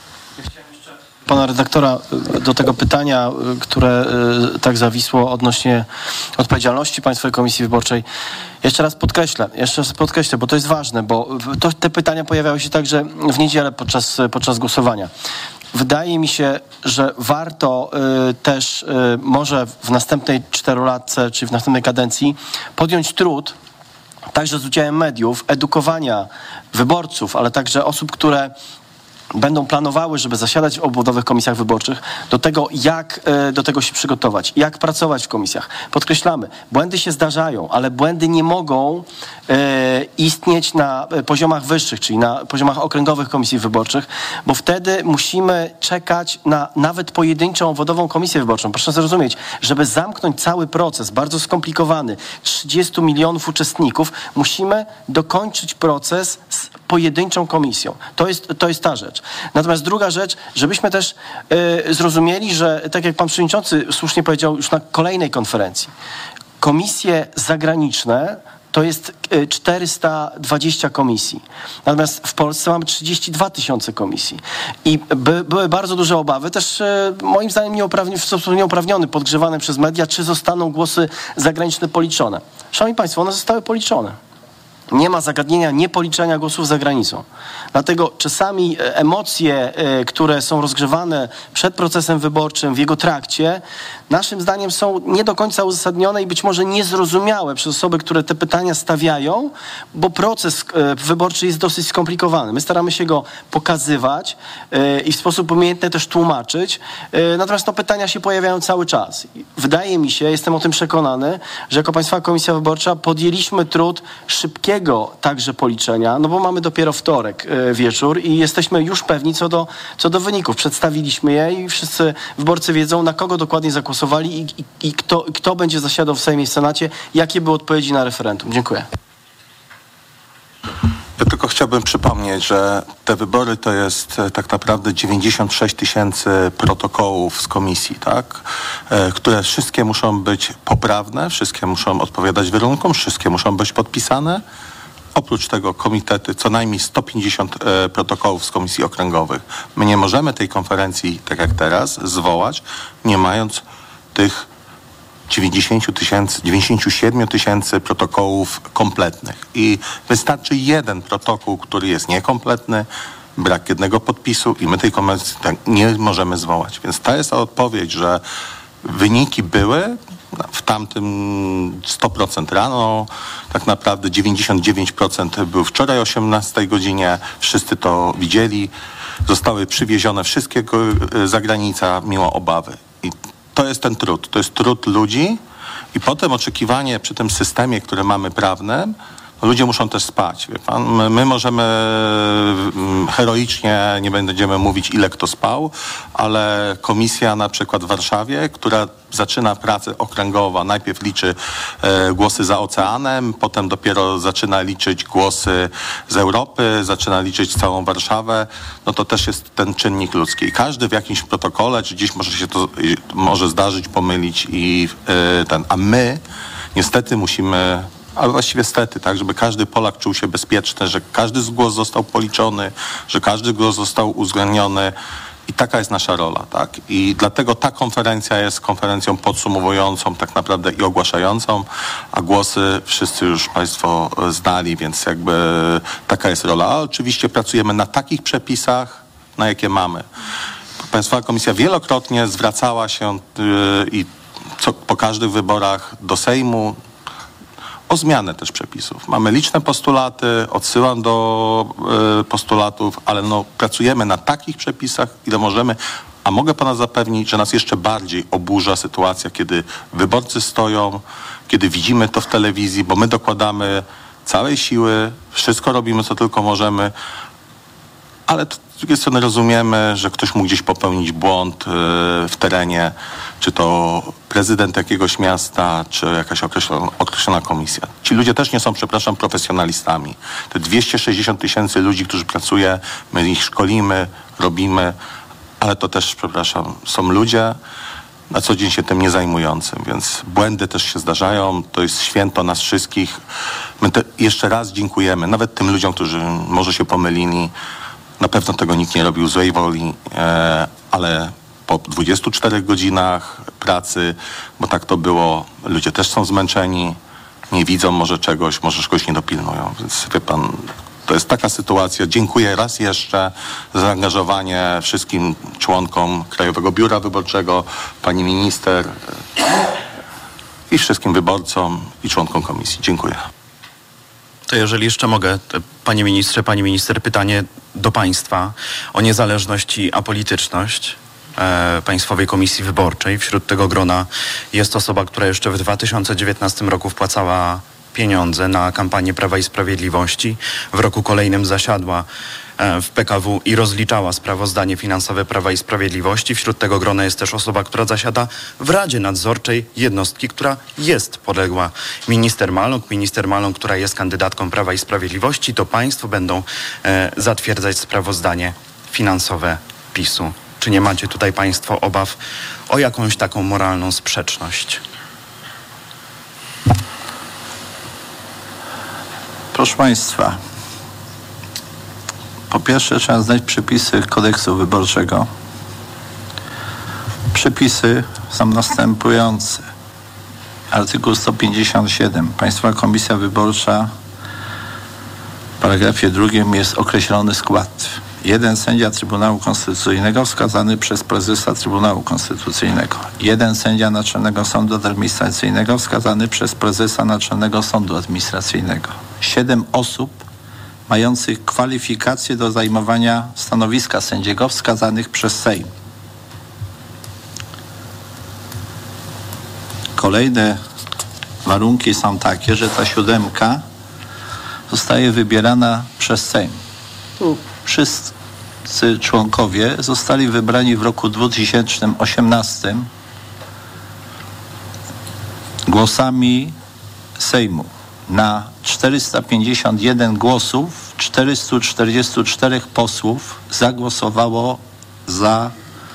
Pana redaktora do tego pytania, które tak zawisło odnośnie odpowiedzialności Państwowej Komisji Wyborczej. Jeszcze raz podkreślę, bo to jest ważne, bo te pytania pojawiały się także w niedzielę podczas głosowania. Wydaje mi się, że warto też może w następnej 4-latce, czy w następnej kadencji podjąć trud, także z udziałem mediów, edukowania wyborców, ale także osób, które będą planowały, żeby zasiadać w obwodowych komisjach wyborczych, do tego, jak do tego się przygotować, jak pracować w komisjach. Podkreślamy, błędy się zdarzają, ale błędy nie mogą istnieć na poziomach wyższych, czyli na poziomach okręgowych komisji wyborczych, bo wtedy musimy czekać na nawet pojedynczą obwodową komisję wyborczą. Proszę zrozumieć, żeby zamknąć cały proces, bardzo skomplikowany, 30 milionów uczestników, musimy dokończyć proces z pojedynczą komisją. To jest ta rzecz. Natomiast druga rzecz, żebyśmy też zrozumieli, że tak jak pan przewodniczący słusznie powiedział już na kolejnej konferencji, komisje zagraniczne to jest 420 komisji. Natomiast w Polsce mamy 32 000 komisji. I były bardzo duże obawy, też moim zdaniem w sposób nieuprawniony, podgrzewane przez media, czy zostaną głosy zagraniczne policzone. Szanowni Państwo, one zostały policzone. Nie ma zagadnienia niepoliczenia głosów za granicą. Dlatego czasami emocje, które są rozgrzewane przed procesem wyborczym, w jego trakcie, naszym zdaniem są nie do końca uzasadnione i być może niezrozumiałe przez osoby, które te pytania stawiają, bo proces wyborczy jest dosyć skomplikowany. My staramy się go pokazywać i w sposób umiejętny też tłumaczyć, natomiast pytania się pojawiają cały czas. Wydaje mi się, jestem o tym przekonany, że jako Państwowa Komisja Wyborcza podjęliśmy trud szybkiego jego także policzenia, no bo mamy dopiero wtorek wieczór i jesteśmy już pewni co do wyników. Przedstawiliśmy je i wszyscy wyborcy wiedzą, na kogo dokładnie zagłosowali i kto będzie zasiadał w Sejmie i Senacie, jakie były odpowiedzi na referendum. Dziękuję. Ja tylko chciałbym przypomnieć, że te wybory to jest tak naprawdę 96 000 protokołów z komisji, tak? Które wszystkie muszą być poprawne, wszystkie muszą odpowiadać warunkom, wszystkie muszą być podpisane. Oprócz tego komitety, co najmniej 150 protokołów z komisji okręgowych. My nie możemy tej konferencji, tak jak teraz, zwołać, nie mając tych 97 000 protokołów kompletnych. I wystarczy jeden protokół, który jest niekompletny, brak jednego podpisu i my tej konferencji nie możemy zwołać. Więc to jest odpowiedź, że wyniki były w tamtym 100% rano, tak naprawdę 99% był wczoraj o 18 godzinie, wszyscy to widzieli, zostały przywiezione wszystkie za granicę mimo obawy. I to jest ten trud, to jest trud ludzi i potem oczekiwanie przy tym systemie, który mamy prawnym, ludzie muszą też spać. Wie pan? My możemy heroicznie, nie będziemy mówić ile kto spał, ale komisja na przykład w Warszawie, która zaczyna pracę okręgowa, najpierw liczy głosy za oceanem, potem dopiero zaczyna liczyć głosy z Europy, zaczyna liczyć całą Warszawę, no to też jest ten czynnik ludzki. Każdy w jakimś protokole, czy gdzieś może się to może zdarzyć, pomylić a my niestety musimy, ale właściwie stety, tak, żeby każdy Polak czuł się bezpieczny, że każdy głos został policzony, że każdy głos został uwzględniony i taka jest nasza rola, tak. I dlatego ta konferencja jest konferencją podsumowującą tak naprawdę i ogłaszającą, a głosy wszyscy już państwo znali, więc jakby taka jest rola. A oczywiście pracujemy na takich przepisach, na jakie mamy. Państwowa Komisja wielokrotnie zwracała się po każdych wyborach do Sejmu o zmianę też przepisów. Mamy liczne postulaty, odsyłam do postulatów, ale pracujemy na takich przepisach, ile możemy, a mogę pana zapewnić, że nas jeszcze bardziej oburza sytuacja, kiedy wyborcy stoją, kiedy widzimy to w telewizji, bo my dokładamy całej siły, wszystko robimy, co tylko możemy, ale z drugiej strony rozumiemy, że ktoś mógł gdzieś popełnić błąd w terenie, czy to prezydent jakiegoś miasta, czy jakaś określona komisja. Ci ludzie też nie są, przepraszam, profesjonalistami. Te 260 000 ludzi, którzy pracuje, my ich szkolimy, robimy, ale to też, przepraszam, są ludzie na co dzień się tym nie zajmującym, więc błędy też się zdarzają, to jest święto nas wszystkich. My jeszcze raz dziękujemy, nawet tym ludziom, którzy może się pomylili. Na pewno tego nikt nie robił złej woli, ale po 24 godzinach pracy, bo tak to było, ludzie też są zmęczeni, nie widzą może czegoś nie dopilnują. Więc wie pan, to jest taka sytuacja. Dziękuję raz jeszcze za zaangażowanie wszystkim członkom Krajowego Biura Wyborczego, pani minister i wszystkim wyborcom i członkom komisji. Dziękuję. To jeżeli jeszcze mogę, panie ministrze, pani minister, pytanie do państwa o niezależność i apolityczność Państwowej Komisji Wyborczej. Wśród tego grona jest osoba, która jeszcze w 2019 roku wpłacała pieniądze na kampanię Prawa i Sprawiedliwości. W roku kolejnym zasiadła w PKW i rozliczała sprawozdanie finansowe Prawa i Sprawiedliwości. Wśród tego grona jest też osoba, która zasiada w Radzie Nadzorczej jednostki, która jest podległa minister Maląg, która jest kandydatką Prawa i Sprawiedliwości. To państwo będą zatwierdzać sprawozdanie finansowe PiS-u. Czy nie macie tutaj państwo obaw o jakąś taką moralną sprzeczność? Proszę państwa, po pierwsze trzeba znać przepisy kodeksu wyborczego. Przepisy są następujące. Artykuł 157. Państwowa Komisja Wyborcza w paragrafie 2 jest określony skład. 1 sędzia Trybunału Konstytucyjnego wskazany przez prezesa Trybunału Konstytucyjnego. 1 sędzia Naczelnego Sądu Administracyjnego wskazany przez prezesa Naczelnego Sądu Administracyjnego. 7 osób mających kwalifikacje do zajmowania stanowiska sędziego wskazanych przez Sejm. Kolejne warunki są takie, że ta 7 zostaje wybierana przez Sejm. Tu wszyscy członkowie zostali wybrani w roku 2018 głosami Sejmu. Na 451 głosów 444 posłów zagłosowało za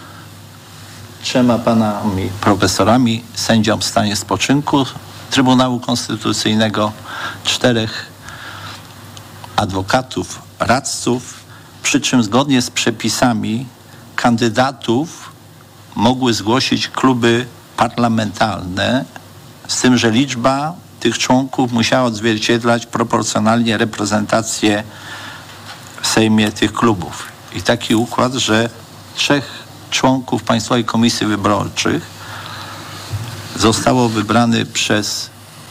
3 panami profesorami, sędzią w stanie spoczynku Trybunału Konstytucyjnego, 4 adwokatów, radców, przy czym zgodnie z przepisami kandydatów mogły zgłosić kluby parlamentarne, z tym, że liczba tych członków musiała odzwierciedlać proporcjonalnie reprezentację w Sejmie tych klubów. I taki układ, że 3 członków Państwowej Komisji Wyborczych zostało wybrany przez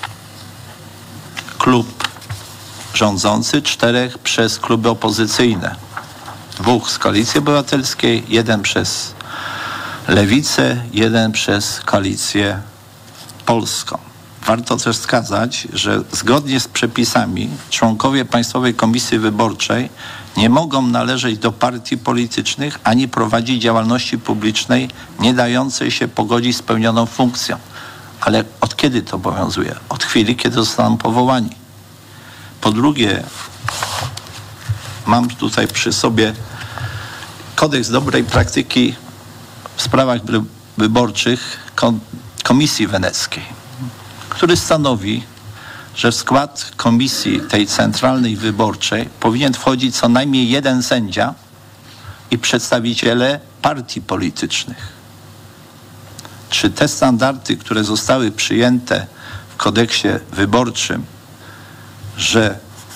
klub rządzący, 4 przez kluby opozycyjne. 2 z Koalicji Obywatelskiej, 1 przez Lewicę, 1 przez Koalicję Polską. Warto też wskazać, że zgodnie z przepisami członkowie Państwowej Komisji Wyborczej nie mogą należeć do partii politycznych ani prowadzić działalności publicznej nie dającej się pogodzić z pełnioną funkcją. Ale od kiedy to obowiązuje? Od chwili, kiedy zostaną powołani. Po drugie, mam tutaj przy sobie kodeks dobrej praktyki w sprawach wyborczych Komisji Weneckiej, który stanowi, że w skład komisji tej centralnej wyborczej powinien wchodzić co najmniej 1 sędzia i przedstawiciele partii politycznych. Czy te standardy, które zostały przyjęte w kodeksie wyborczym, że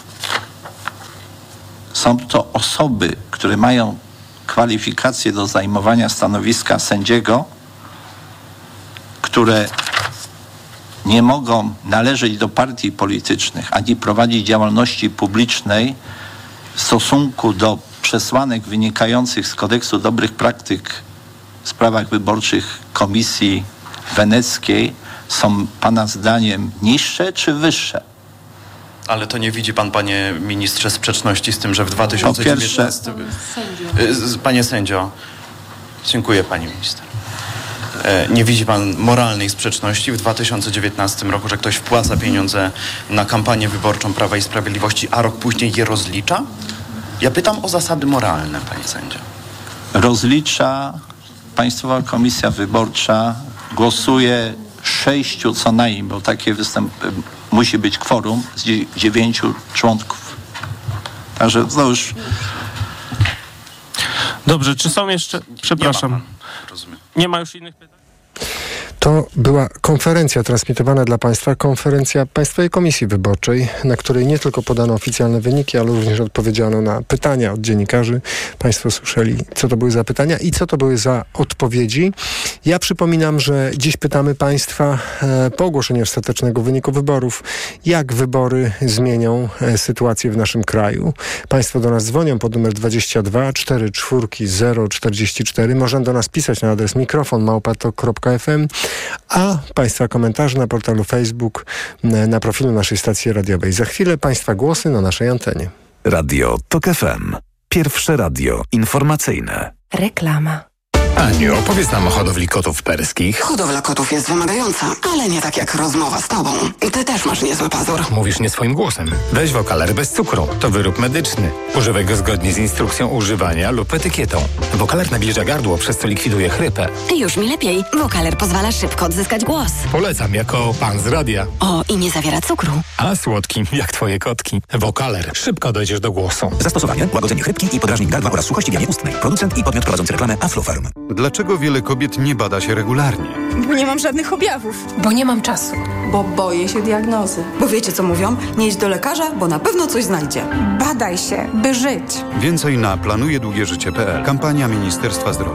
są to osoby, które mają kwalifikacje do zajmowania stanowiska sędziego, które nie mogą należeć do partii politycznych ani prowadzić działalności publicznej w stosunku do przesłanek wynikających z kodeksu dobrych praktyk w sprawach wyborczych Komisji Weneckiej, są pana zdaniem niższe czy wyższe? Ale to nie widzi pan, panie ministrze, sprzeczności z tym, że w 2019... Panie sędzio, dziękuję pani minister. Nie widzi pan moralnej sprzeczności w 2019 roku, że ktoś wpłaca pieniądze na kampanię wyborczą Prawa i Sprawiedliwości, a rok później je rozlicza? Ja pytam o zasady moralne, panie sędzio. Rozlicza Państwowa Komisja Wyborcza, głosuje 6 co najmniej, bo takie musi być kworum z 9 członków. Także to już... Dobrze, czy są jeszcze... Przepraszam. Nie ma już innych pytań? To była konferencja transmitowana dla Państwa, konferencja Państwowej Komisji Wyborczej, na której nie tylko podano oficjalne wyniki, ale również odpowiedziano na pytania od dziennikarzy. Państwo słyszeli, co to były za pytania i co to były za odpowiedzi. Ja przypominam, że dziś pytamy Państwa po ogłoszeniu ostatecznego wyniku wyborów, jak wybory zmienią sytuację w naszym kraju. Państwo do nas dzwonią pod numer 22 44 044. Można do nas pisać na adres mikrofon@tok.fm, a Państwa komentarze na portalu Facebook, na profilu naszej stacji radiowej. Za chwilę Państwa głosy na naszej antenie. Radio TOK FM. Pierwsze radio informacyjne. Reklama. Aniu, opowiedz nam o hodowli kotów perskich. Hodowla kotów jest wymagająca, ale nie tak jak rozmowa z tobą. Ty też masz niezły pazur. Mówisz nie swoim głosem. Weź Wokaler bez cukru. To wyrób medyczny. Używaj go zgodnie z instrukcją używania lub etykietą. Wokaler nabliża gardło, przez co likwiduje chrypę. Już mi lepiej. Wokaler pozwala szybko odzyskać głos. Polecam jako pan z radia. O, i nie zawiera cukru. A słodki, jak twoje kotki. Wokaler. Szybko dojdziesz do głosu. Zastosowanie: łagodzenie chrypki i podrażnień gardła oraz suchości w jamie ustnej. Producent i podmiot prowadzący reklamę Aflofarm. Dlaczego wiele kobiet nie bada się regularnie? Bo nie mam żadnych objawów. Bo nie mam czasu. Bo boję się diagnozy. Bo wiecie co mówią? Nie idź do lekarza, bo na pewno coś znajdzie. Badaj się, by żyć. Więcej na planujedługieżycie.pl. Kampania Ministerstwa Zdrowia.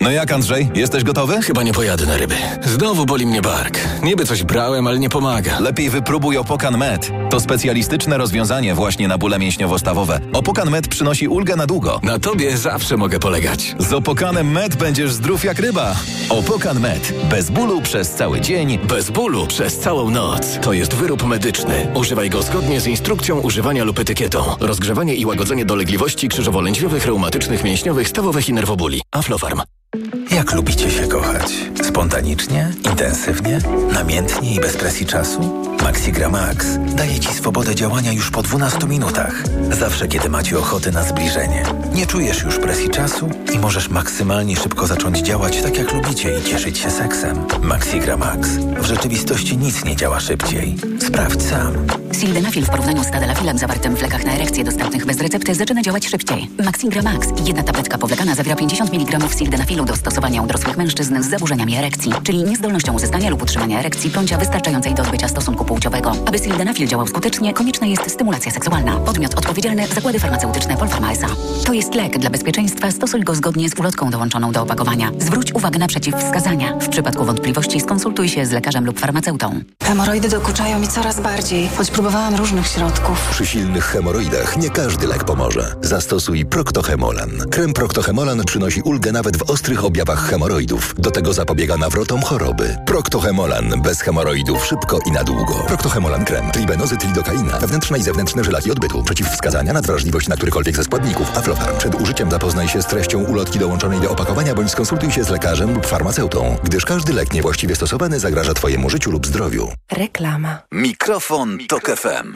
No jak, Andrzej? Jesteś gotowy? Chyba nie pojadę na ryby. Znowu boli mnie bark. Niby coś brałem, ale nie pomaga. Lepiej wypróbuj Opokan Med. To specjalistyczne rozwiązanie właśnie na bóle mięśniowo-stawowe. Opokan Med przynosi ulgę na długo. Na tobie zawsze mogę polegać. Z Opokanem Med będziesz zdrów jak ryba. Opokan Med. Bez bólu przez cały dzień. Bez bólu przez całą noc. To jest wyrób medyczny. Używaj go zgodnie z instrukcją używania lub etykietą. Rozgrzewanie i łagodzenie dolegliwości krzyżowo-lędźwiowych, reumatycznych, mięśniowych, stawowych i nerwobóli. Aflofarm. Jak lubicie się kochać? Spontanicznie? Intensywnie? Namiętnie i bez presji czasu? Maxigra Max daje Ci swobodę działania już po 12 minutach. Zawsze, kiedy macie ochotę na zbliżenie. Nie czujesz już presji czasu i możesz maksymalnie szybko zacząć działać tak, jak lubicie i cieszyć się seksem. Maxigra Max. W rzeczywistości nic nie działa szybciej. Sprawdź sam. Sildenafil w porównaniu z tadalafilem zawartym w lekach na erekcję dostępnych bez recepty zaczyna działać szybciej. Maxigra Max. Jedna tabletka powlekana zawiera 50 mg sildenafilu do stosowania u dorosłych mężczyzn z zaburzeniami erekcji, czyli niezdolnością uzyskania lub utrzymania erekcji bądź wystarczającej do odbycia stosunku płciowego. Aby sildenafil działał skutecznie, konieczna jest stymulacja seksualna. Podmiot odpowiedzialny: Zakłady Farmaceutyczne Polpharma S.A. To jest lek. Dla bezpieczeństwa stosuj go zgodnie z ulotką dołączoną do opakowania. Zwróć uwagę na przeciwwskazania. W przypadku wątpliwości skonsultuj się z lekarzem lub farmaceutą. Hemoroidy dokuczają mi coraz bardziej, choć próbowałam różnych środków. Przy silnych hemoroidach nie każdy lek pomoże. Zastosuj Proctohemolan. Krem Proctohemolan przynosi ulgę nawet w ostrych objawach hemoroidów. Do tego zapobiega nawrotom choroby. Proctohemolan. Bez hemoroidów szybko i na długo. Proctohemolan krem. Tribenozy, lidokaina. Wewnętrzne i zewnętrzne żylaki odbytu. Przeciwwskazania: nadwrażliwość na którykolwiek ze składników. Aflofarm. Przed użyciem zapoznaj się z treścią ulotki dołączonej do opakowania bądź skonsultuj się z lekarzem lub farmaceutą, gdyż każdy lek niewłaściwie stosowany zagraża Twojemu życiu lub zdrowiu. Reklama. Mikrofon Tok FM.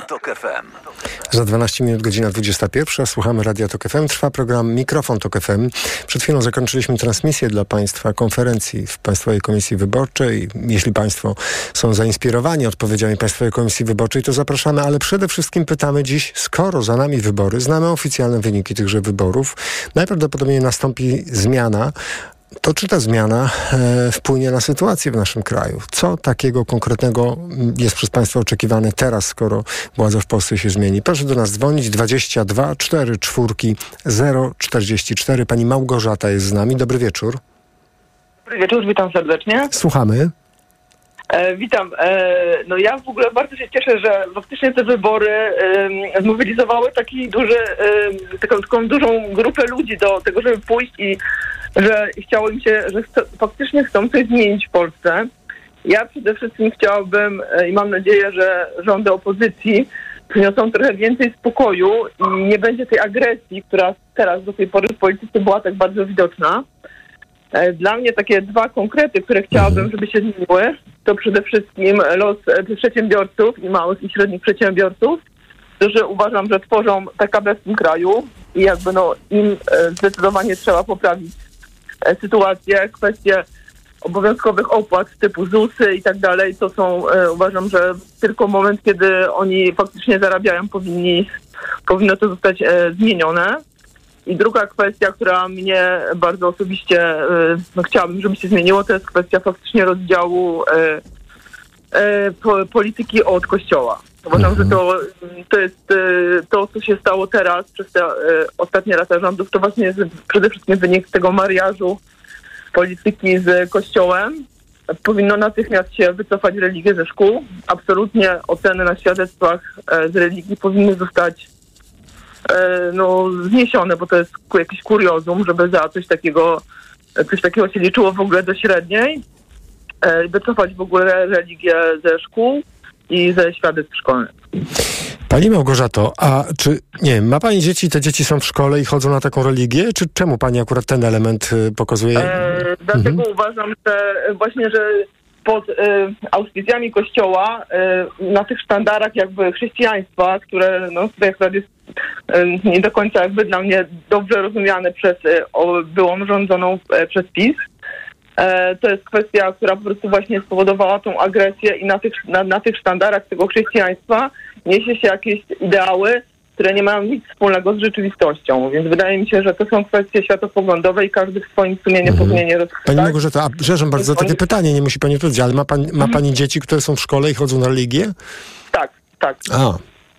Za 12 minut, godzina 21. Słuchamy Radia Tok FM. Trwa program Mikrofon Tok FM. Przed chwilą zakończyliśmy transmisję dla Państwa konferencji w Państwowej Komisji Wyborczej. Jeśli Państwo są zainspirowani odpowiedziami Państwowej Komisji Wyborczej, to zapraszamy, ale przede wszystkim pytamy dziś, skoro za nami wybory, znamy oficjalne wyniki tychże wyborów, najprawdopodobniej nastąpi zmiana. To czy ta zmiana wpłynie na sytuację w naszym kraju? Co takiego konkretnego jest przez Państwa oczekiwane teraz, skoro władza w Polsce się zmieni? Proszę do nas dzwonić 22 44 044. Pani Małgorzata jest z nami. Dobry wieczór. Dobry wieczór, witam serdecznie. Słuchamy. Witam. No ja w ogóle bardzo się cieszę, że faktycznie te wybory zmobilizowały taką dużą grupę ludzi do tego, żeby pójść i że chciało im się, że faktycznie chcą coś zmienić w Polsce. Ja przede wszystkim chciałabym i mam nadzieję, że rządy opozycji przyniosą trochę więcej spokoju i nie będzie tej agresji, która teraz do tej pory w polityce była tak bardzo widoczna. Dla mnie takie dwa konkrety, które chciałabym, żeby się zmieniły, to przede wszystkim los przedsiębiorców i małych i średnich przedsiębiorców, którzy uważam, że tworzą PKB w tym kraju i im zdecydowanie trzeba poprawić sytuację, kwestie obowiązkowych opłat typu ZUS-y i tak dalej, to są, uważam, że tylko moment, kiedy oni faktycznie zarabiają, powinno to zostać zmienione. I druga kwestia, która mnie bardzo osobiście chciałabym, żeby się zmieniło, to jest kwestia faktycznie rozdziału polityki od Kościoła. Uważam, że to jest to, co się stało teraz przez te ostatnie lata rządów, to właśnie jest przede wszystkim wynik tego mariażu polityki z Kościołem. Powinno natychmiast się wycofać religię ze szkół. Absolutnie oceny na świadectwach z religii powinny zostać zniesione, bo to jest jakiś kuriozum, żeby za coś takiego się liczyło w ogóle do średniej. Wycofać w ogóle religię ze szkół i ze świadectw szkolnych. Pani Małgorzato, a czy, nie wiem, ma Pani dzieci, te dzieci są w szkole i chodzą na taką religię, czy czemu Pani akurat ten element pokazuje? Dlatego uważam, że właśnie, że pod auspicjami Kościoła, na tych sztandarach jakby chrześcijaństwa, które akurat jest nie do końca jakby dla mnie dobrze rozumiane przez byłą rządzoną przez PiS, to jest kwestia, która po prostu właśnie spowodowała tą agresję i na tych sztandarach tego chrześcijaństwa niesie się jakieś ideały, które nie mają nic wspólnego z rzeczywistością. Więc wydaje mi się, że to są kwestie światopoglądowe i każdy w swoim sumieniu powinien je rozpoznać. Pani Małgorzata, przepraszam bardzo za takie pytanie, nie musi Pani odpowiedzieć, ale ma Pani dzieci, które są w szkole i chodzą na religię? Tak.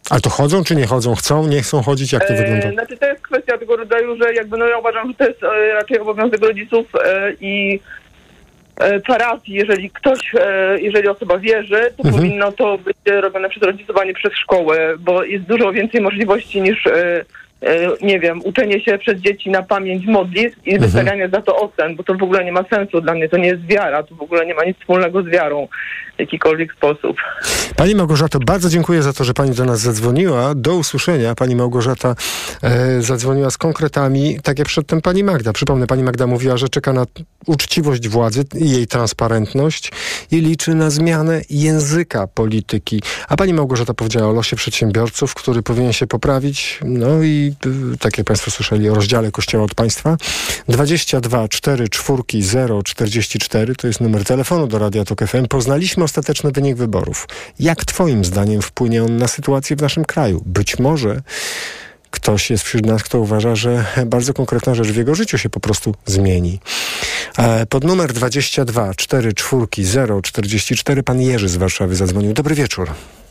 Ale to chodzą czy nie chodzą? Chcą, nie chcą chodzić? Jak to wygląda? Znaczy to jest kwestia tego rodzaju, że jakby ja uważam, że to jest raczej obowiązek rodziców i parafii, jeżeli osoba wierzy, to powinno to być robione przez rodziców, a nie przez szkołę, bo jest dużo więcej możliwości niż nie wiem, uczenie się przez dzieci na pamięć modlitw i wystawianie za to ocen, bo to w ogóle nie ma sensu dla mnie, to nie jest wiara, to w ogóle nie ma nic wspólnego z wiarą w jakikolwiek sposób. Pani Małgorzato, bardzo dziękuję za to, że pani do nas zadzwoniła. Do usłyszenia. Pani Małgorzata zadzwoniła z konkretami, tak jak przedtem pani Magda. Przypomnę, pani Magda mówiła, że czeka na uczciwość władzy i jej transparentność i liczy na zmianę języka polityki. A pani Małgorzata powiedziała o losie przedsiębiorców, który powinien się poprawić. No i tak jak państwo słyszeli, o rozdziale Kościoła od państwa. 22 4 4 0 44 to jest numer telefonu do Radia Tok FM. Poznaliśmy ostateczny wynik wyborów. Jak twoim zdaniem wpłynie on na sytuację w naszym kraju? Być może ktoś jest wśród nas, kto uważa, że bardzo konkretna rzecz w jego życiu się po prostu zmieni. Pod numer 22 4 4 0 44 pan Jerzy z Warszawy zadzwonił. Dobry wieczór.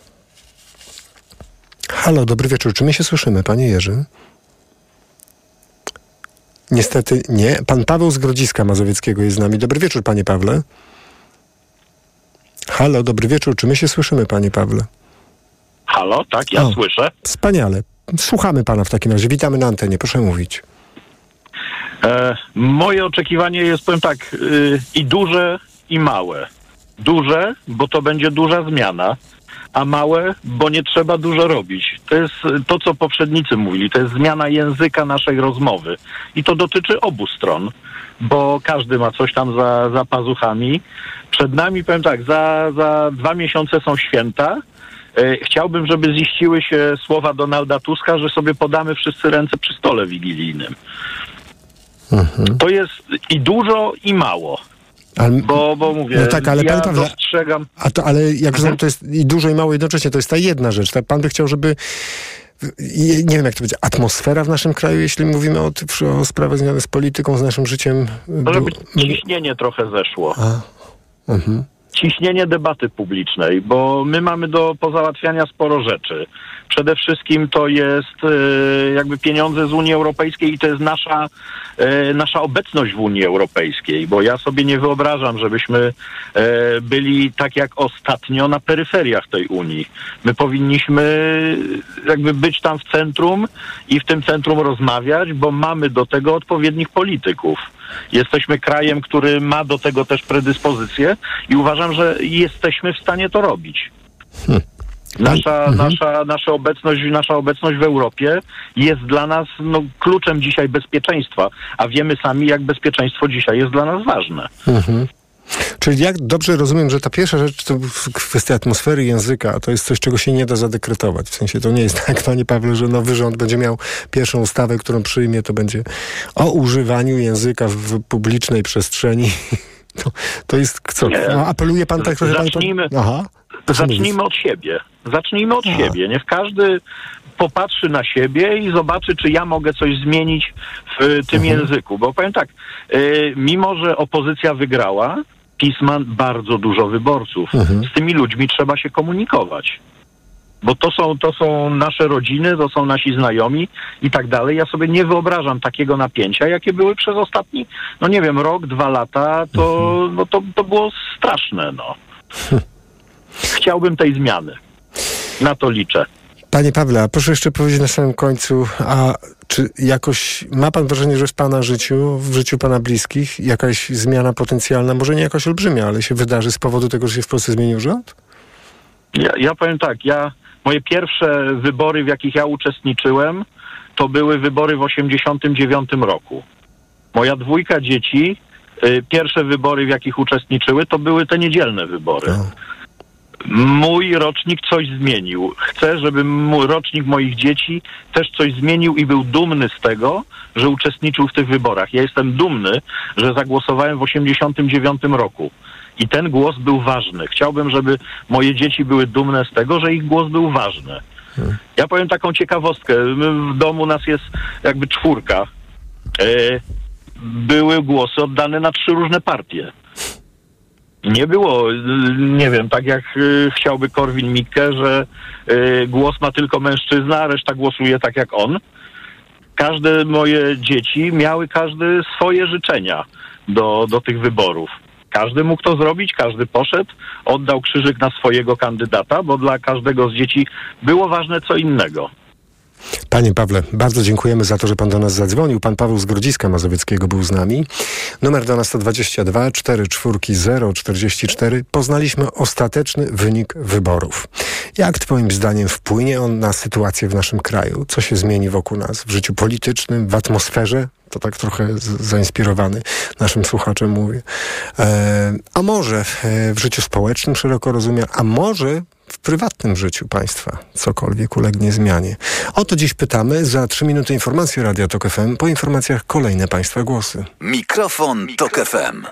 Halo, dobry wieczór. Czy my się słyszymy, panie Jerzy? Niestety nie. Pan Paweł z Grodziska Mazowieckiego jest z nami. Dobry wieczór, panie Pawle. Halo, dobry wieczór. Czy my się słyszymy, panie Pawle? Halo, tak, ja słyszę. Wspaniale. Słuchamy pana w takim razie. Witamy na antenie. Proszę mówić. Moje oczekiwanie jest, powiem tak, i duże, i małe. Duże, bo to będzie duża zmiana, a małe, bo nie trzeba dużo robić. To jest to, co poprzednicy mówili. To jest zmiana języka naszej rozmowy. I to dotyczy obu stron, bo każdy ma coś tam za pazuchami. Przed nami, powiem tak, za 2 miesiące są święta. Chciałbym, żeby ziściły się słowa Donalda Tuska, że sobie podamy wszyscy ręce przy stole wigilijnym. To jest i dużo, i mało. Bo mówię, no tak, ale ja pan Pawle, dostrzegam... ale jak rozumiem, to jest i dużo, i mało jednocześnie. To jest ta jedna rzecz. Tak? Pan by chciał, żeby... Nie wiem, jak to będzie. Atmosfera w naszym kraju, jeśli mówimy o sprawach związanych z polityką, z naszym życiem... Żeby ciśnienie trochę zeszło. Ciśnienie debaty publicznej, bo my mamy do pozałatwiania sporo rzeczy. Przede wszystkim to jest jakby pieniądze z Unii Europejskiej i to jest nasza obecność w Unii Europejskiej, bo ja sobie nie wyobrażam, żebyśmy byli tak jak ostatnio na peryferiach tej Unii. My powinniśmy jakby być tam w centrum i w tym centrum rozmawiać, bo mamy do tego odpowiednich polityków. Jesteśmy krajem, który ma do tego też predyspozycje i uważam, że jesteśmy w stanie to robić. Nasza obecność w Europie jest dla nas kluczem dzisiaj bezpieczeństwa, a wiemy sami, jak bezpieczeństwo dzisiaj jest dla nas ważne. Czyli jak dobrze rozumiem, że ta pierwsza rzecz to kwestia atmosfery języka, to jest coś, czego się nie da zadekretować. W sensie to nie jest tak, panie Pawle, że nowy rząd będzie miał pierwszą ustawę, którą przyjmie, to będzie o używaniu języka w publicznej przestrzeni. To jest co? Apeluje pan tak, że... Zacznijmy od siebie. Zacznijmy od siebie. Niech każdy popatrzy na siebie i zobaczy, czy ja mogę coś zmienić w tym języku. Bo powiem tak, mimo że opozycja wygrała, PiS ma bardzo dużo wyborców. Z tymi ludźmi trzeba się komunikować. Bo to są nasze rodziny, to są nasi znajomi i tak dalej. Ja sobie nie wyobrażam takiego napięcia, jakie były przez ostatni, rok, 2 lata. To było straszne, Chciałbym tej zmiany. Na to liczę. Panie Pawle, a proszę jeszcze powiedzieć na samym końcu, a czy jakoś ma pan wrażenie, że w pana życiu, w życiu pana bliskich jakaś zmiana potencjalna, może nie jakaś olbrzymia, ale się wydarzy z powodu tego, że się w Polsce zmienił rząd? Ja powiem tak, moje pierwsze wybory, w jakich ja uczestniczyłem, to były wybory w 1989 roku. Moja 2 dzieci, pierwsze wybory, w jakich uczestniczyły, to były te niedzielne wybory. Mój rocznik coś zmienił. Chcę, żeby rocznik moich dzieci też coś zmienił i był dumny z tego, że uczestniczył w tych wyborach. Ja jestem dumny, że zagłosowałem w 1989 roku. I ten głos był ważny. Chciałbym, żeby moje dzieci były dumne z tego, że ich głos był ważny. Ja powiem taką ciekawostkę. W domu nas jest jakby 4. Były głosy oddane na 3 różne partie. Nie było, nie wiem, tak jak chciałby Korwin-Mikke, że głos ma tylko mężczyzna, a reszta głosuje tak jak on. Każde moje dzieci miały każdy swoje życzenia do tych wyborów. Każdy mógł to zrobić, każdy poszedł, oddał krzyżyk na swojego kandydata, bo dla każdego z dzieci było ważne co innego. Panie Pawle, bardzo dziękujemy za to, że pan do nas zadzwonił. Pan Paweł z Grodziska Mazowieckiego był z nami. Numer do nas 122 440 44. Poznaliśmy ostateczny wynik wyborów. Jak twoim zdaniem wpłynie on na sytuację w naszym kraju? Co się zmieni wokół nas w życiu politycznym, w atmosferze? To tak trochę zainspirowany naszym słuchaczem mówię. A może w życiu społecznym szeroko rozumianym, a może w prywatnym życiu państwa cokolwiek ulegnie zmianie. O to dziś pytamy. Za 3 minuty informacji Radia Tok FM. Po informacjach kolejne państwa głosy. Mikrofon Tok FM.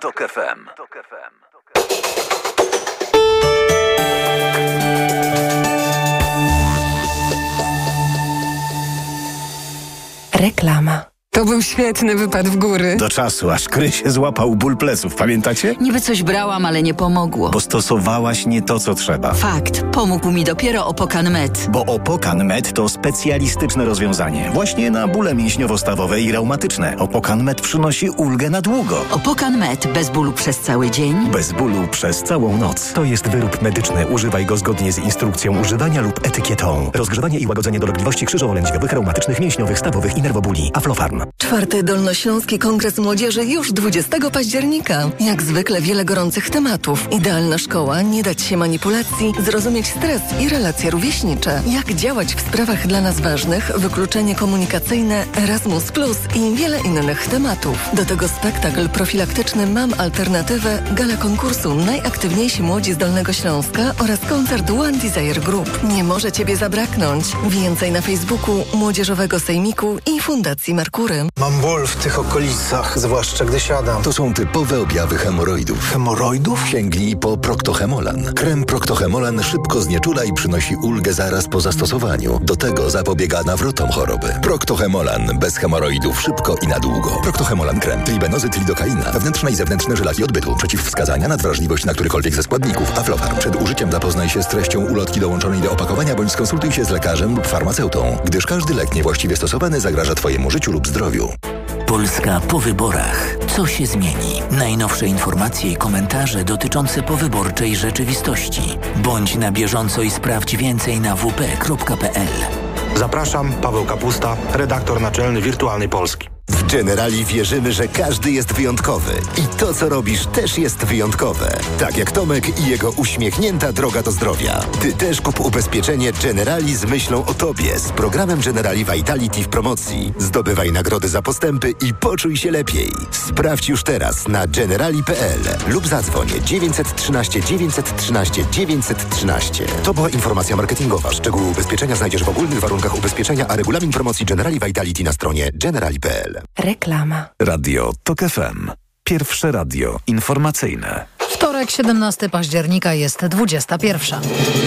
Reklama. To był świetny wypad w góry. Do czasu, aż Krysie złapał ból pleców, pamiętacie? Niby coś brałam, ale nie pomogło. Bo stosowałaś nie to, co trzeba. Fakt. Pomógł mi dopiero Opokan Med. Bo Opokan Med to specjalistyczne rozwiązanie. Właśnie na bóle mięśniowo-stawowe i reumatyczne. Opokan Med przynosi ulgę na długo. Opokan Med. Bez bólu przez cały dzień. Bez bólu przez całą noc. To jest wyrób medyczny. Używaj go zgodnie z instrukcją używania lub etykietą. Rozgrzewanie i łagodzenie dolegliwości krzyżowo-lędźwiowych, reumatycznych, mięśniowych, stawowych i nerwobóli. Aflofarm. 4. Dolnośląski Kongres Młodzieży już 20 października. Jak zwykle wiele gorących tematów. Idealna szkoła, nie dać się manipulacji, zrozumieć stres i relacje rówieśnicze. Jak działać w sprawach dla nas ważnych, wykluczenie komunikacyjne, Erasmus+, i wiele innych tematów. Do tego spektakl profilaktyczny Mam Alternatywę, gala konkursu Najaktywniejsi Młodzi z Dolnego Śląska oraz koncert One Desire Group. Nie może Ciebie zabraknąć. Więcej na Facebooku Młodzieżowego Sejmiku i Fundacji Merkury. Mam ból w tych okolicach, zwłaszcza gdy siadam. To są typowe objawy hemoroidów. Hemoroidów? Sięgnij po Proctohemolan. Krem Proctohemolan szybko znieczula i przynosi ulgę zaraz po zastosowaniu. Do tego zapobiega nawrotom choroby. Proctohemolan. Bez hemoroidów szybko i na długo. Proctohemolan krem. Tribenozyt, lidokaina. Wewnętrzne i zewnętrzne żylaki odbytu. Przeciwwskazania, nadwrażliwość na którykolwiek ze składników. Aflofarm. Przed użyciem zapoznaj się z treścią ulotki dołączonej do opakowania bądź skonsultuj się z lekarzem lub farmaceutą, gdyż każdy lek niewłaściwie stosowany zagraża Twojemu życiu lub zdrowiu. Polska po wyborach. Co się zmieni? Najnowsze informacje i komentarze dotyczące powyborczej rzeczywistości. Bądź na bieżąco i sprawdź więcej na wp.pl. Zapraszam, Paweł Kapusta, redaktor naczelny Wirtualnej Polski. W Generali wierzymy, że każdy jest wyjątkowy. I to, co robisz, też jest wyjątkowe. Tak jak Tomek i jego uśmiechnięta droga do zdrowia. Ty też kup ubezpieczenie Generali z myślą o tobie z programem Generali Vitality w promocji. Zdobywaj nagrody za postępy i poczuj się lepiej. Sprawdź już teraz na generali.pl lub zadzwoń 913 913 913. To była informacja marketingowa. Szczegóły ubezpieczenia znajdziesz w ogólnych warunkach ubezpieczenia, a regulamin promocji Generali Vitality na stronie generali.pl. Reklama. Radio Tok FM. Pierwsze radio informacyjne. Wtorek, 17 października jest 21.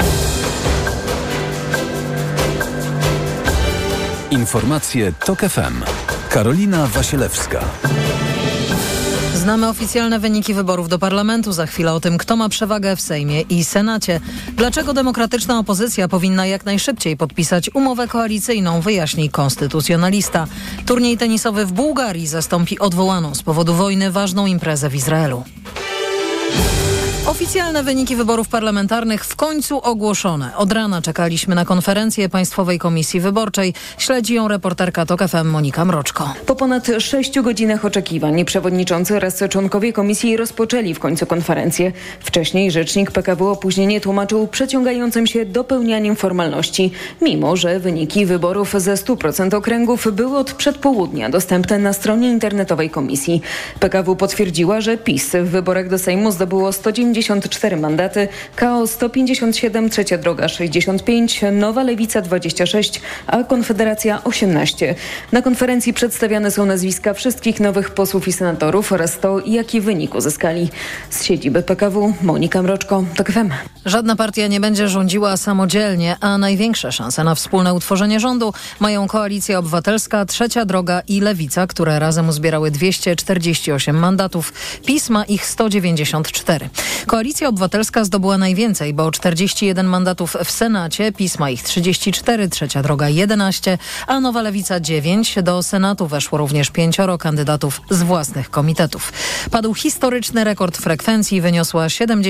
Informacje Tok FM. Karolina Wasielewska. Znamy oficjalne wyniki wyborów do parlamentu. Za chwilę o tym, kto ma przewagę w Sejmie i Senacie. Dlaczego demokratyczna opozycja powinna jak najszybciej podpisać umowę koalicyjną, wyjaśni konstytucjonalista. Turniej tenisowy w Bułgarii zastąpi odwołaną z powodu wojny ważną imprezę w Izraelu. Oficjalne wyniki wyborów parlamentarnych w końcu ogłoszone. Od rana czekaliśmy na konferencję Państwowej Komisji Wyborczej. Śledzi ją reporterka TOK FM Monika Mroczko. Po ponad 6 godzinach oczekiwań przewodniczący oraz członkowie komisji rozpoczęli w końcu konferencję. Wcześniej rzecznik PKW opóźnienie tłumaczył przeciągającym się dopełnianiem formalności, mimo że wyniki wyborów ze 100% okręgów były od przedpołudnia dostępne na stronie internetowej komisji. PKW potwierdziła, że PiS w wyborach do Sejmu zdobyło 194 mandaty, KO 157, Trzecia Droga 65, Nowa Lewica 26, a Konfederacja 18. Na konferencji przedstawiane są nazwiska wszystkich nowych posłów i senatorów oraz to, jaki wynik uzyskali. Z siedziby PKW Monika Mroczko, TOK FM. Żadna partia nie będzie rządziła samodzielnie, a największe szanse na wspólne utworzenie rządu mają Koalicja Obywatelska, Trzecia Droga i Lewica, które razem uzbierały 248 mandatów. PiS ma ich 194. Koalicja Obywatelska zdobyła najwięcej, bo 41 mandatów w Senacie, PiS ma ich 34, Trzecia Droga 11, a Nowa Lewica 9. Do Senatu weszło również 5 kandydatów z własnych komitetów. Padł historyczny rekord frekwencji, wyniosła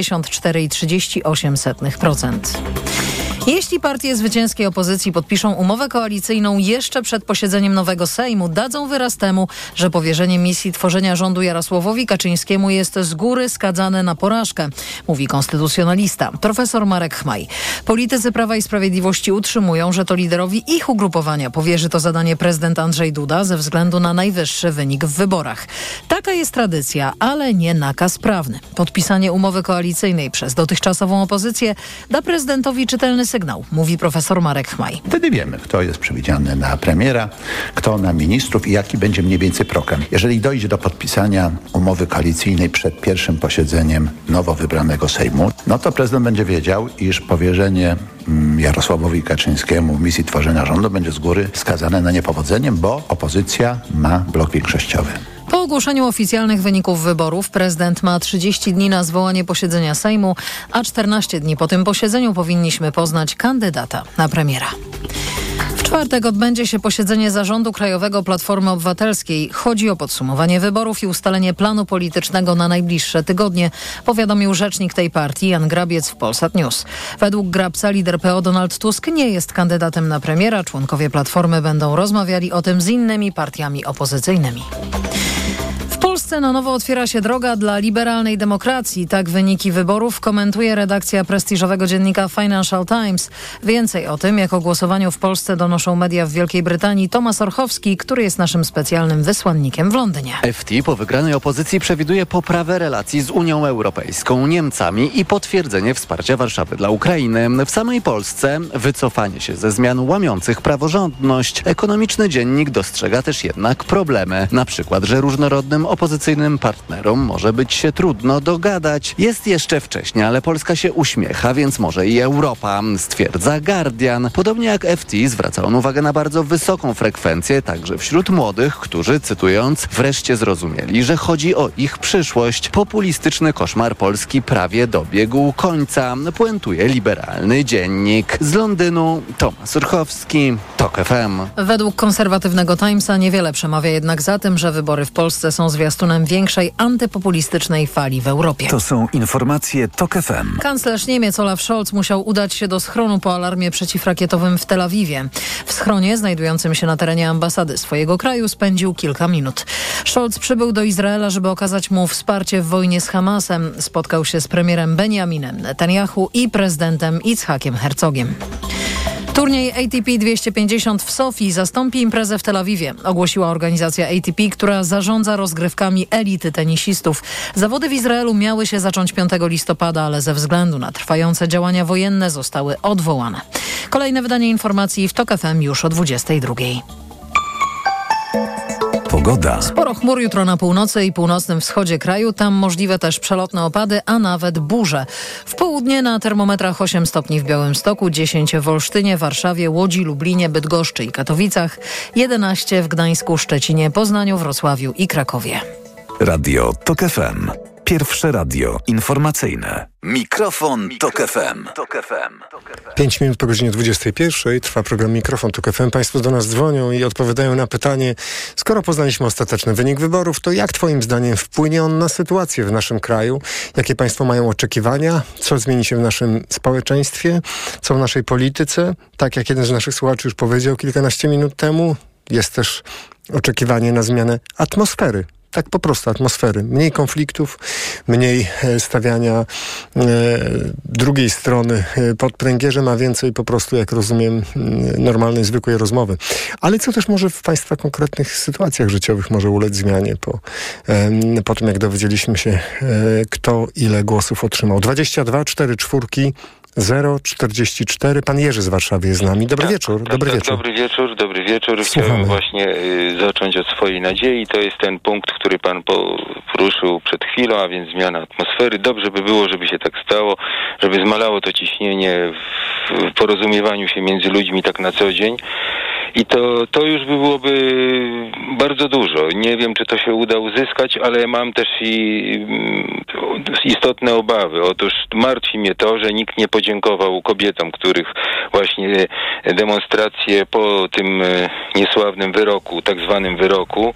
74,38%. Jeśli partie zwycięskiej opozycji podpiszą umowę koalicyjną jeszcze przed posiedzeniem nowego Sejmu, dadzą wyraz temu, że powierzenie misji tworzenia rządu Jarosławowi Kaczyńskiemu jest z góry skazane na porażkę, mówi konstytucjonalista profesor Marek Chmaj. Politycy Prawa i Sprawiedliwości utrzymują, że to liderowi ich ugrupowania powierzy to zadanie prezydent Andrzej Duda ze względu na najwyższy wynik w wyborach. Taka jest tradycja, ale nie nakaz prawny. Podpisanie umowy koalicyjnej przez dotychczasową opozycję da prezydentowi czytelny sygnał, mówi profesor Marek Chmaj. Wtedy wiemy, kto jest przewidziany na premiera, kto na ministrów i jaki będzie mniej więcej program. Jeżeli dojdzie do podpisania umowy koalicyjnej przed pierwszym posiedzeniem nowo wybranego Sejmu, no to prezydent będzie wiedział, iż powierzenie Jarosławowi Kaczyńskiemu misji tworzenia rządu będzie z góry skazane na niepowodzenie, bo opozycja ma blok większościowy. Po ogłoszeniu oficjalnych wyników wyborów prezydent ma 30 dni na zwołanie posiedzenia Sejmu, a 14 dni po tym posiedzeniu powinniśmy poznać kandydata na premiera. W czwartek odbędzie się posiedzenie Zarządu Krajowego Platformy Obywatelskiej. Chodzi o podsumowanie wyborów i ustalenie planu politycznego na najbliższe tygodnie, powiadomił rzecznik tej partii Jan Grabiec w Polsat News. Według Grabca lider PO Donald Tusk nie jest kandydatem na premiera. Członkowie Platformy będą rozmawiali o tym z innymi partiami opozycyjnymi. W Polsce na nowo otwiera się droga dla liberalnej demokracji. Tak wyniki wyborów komentuje redakcja prestiżowego dziennika Financial Times. Więcej o tym, jak o głosowaniu w Polsce donoszą media w Wielkiej Brytanii, Tomasz Orchowski, który jest naszym specjalnym wysłannikiem w Londynie. FT po wygranej opozycji przewiduje poprawę relacji z Unią Europejską, Niemcami i potwierdzenie wsparcia Warszawy dla Ukrainy. W samej Polsce wycofanie się ze zmian łamiących praworządność. Ekonomiczny dziennik dostrzega też jednak problemy. Na przykład, że różnorodnym opozycyjnym partnerom może być się trudno dogadać. Jest jeszcze wcześnie, ale Polska się uśmiecha, więc może i Europa, stwierdza Guardian. Podobnie jak FT zwraca on uwagę na bardzo wysoką frekwencję także wśród młodych, którzy, cytując, wreszcie zrozumieli, że chodzi o ich przyszłość. Populistyczny koszmar Polski prawie dobiegł końca, puentuje liberalny dziennik. Z Londynu Tomasz Urchowski, TOK FM. Według konserwatywnego Timesa niewiele przemawia jednak za tym, że wybory w Polsce są zwiastunem większej antypopulistycznej fali w Europie. To są informacje TOK FM. Kanclerz Niemiec Olaf Scholz musiał udać się do schronu po alarmie przeciwrakietowym w Tel Awiwie. W schronie znajdującym się na terenie ambasady swojego kraju spędził kilka minut. Scholz przybył do Izraela, żeby okazać mu wsparcie w wojnie z Hamasem. Spotkał się z premierem Benjaminem Netanyahu i prezydentem Yitzhakiem Herzogiem. Turniej ATP 250 w Sofii zastąpi imprezę w Tel Awiwie, ogłosiła organizacja ATP, która zarządza rozgrywkami elity tenisistów. Zawody w Izraelu miały się zacząć 5 listopada, ale ze względu na trwające działania wojenne zostały odwołane. Kolejne wydanie informacji w TOK FM już o 22:00. Pogoda. Sporo chmur jutro na północy i północnym wschodzie kraju. Tam możliwe też przelotne opady, a nawet burze. W południe na termometrach 8 stopni w Białymstoku, 10 w Olsztynie, Warszawie, Łodzi, Lublinie, Bydgoszczy i Katowicach, 11 w Gdańsku, Szczecinie, Poznaniu, Wrocławiu i Krakowie. Radio TOK FM. Pierwsze radio informacyjne. Mikrofon TOK FM. 5 minut po godzinie 21:00 trwa program Mikrofon TOK FM. Państwo do nas dzwonią i odpowiadają na pytanie: skoro poznaliśmy ostateczny wynik wyborów, to jak twoim zdaniem wpłynie on na sytuację w naszym kraju? Jakie państwo mają oczekiwania? Co zmieni się w naszym społeczeństwie? Co w naszej polityce? Tak jak jeden z naszych słuchaczy już powiedział kilkanaście minut temu, jest też oczekiwanie na zmianę atmosfery. Tak po prostu atmosfery. Mniej konfliktów, mniej stawiania drugiej strony pod pręgierzem, a więcej po prostu, jak rozumiem, normalnej, zwykłej rozmowy. Ale co też może w państwa konkretnych sytuacjach życiowych może ulec zmianie po tym, jak dowiedzieliśmy się, kto ile głosów otrzymał. 22 44 044. Pan Jerzy z Warszawy jest z nami. Dobry wieczór. Dobry wieczór. Dobry wieczór. Słuchamy. Chciałem właśnie zacząć od swojej nadziei. To jest ten punkt, który pan poruszył przed chwilą, a więc zmiana atmosfery. Dobrze by było, żeby się tak stało, żeby zmalało to ciśnienie w porozumiewaniu się między ludźmi tak na co dzień. I to już by byłoby bardzo dużo. Nie wiem, czy to się uda uzyskać, ale mam też i istotne obawy. Otóż martwi mnie to, że nikt nie podziękował kobietom, których właśnie demonstracje po tym niesławnym wyroku, tak zwanym wyroku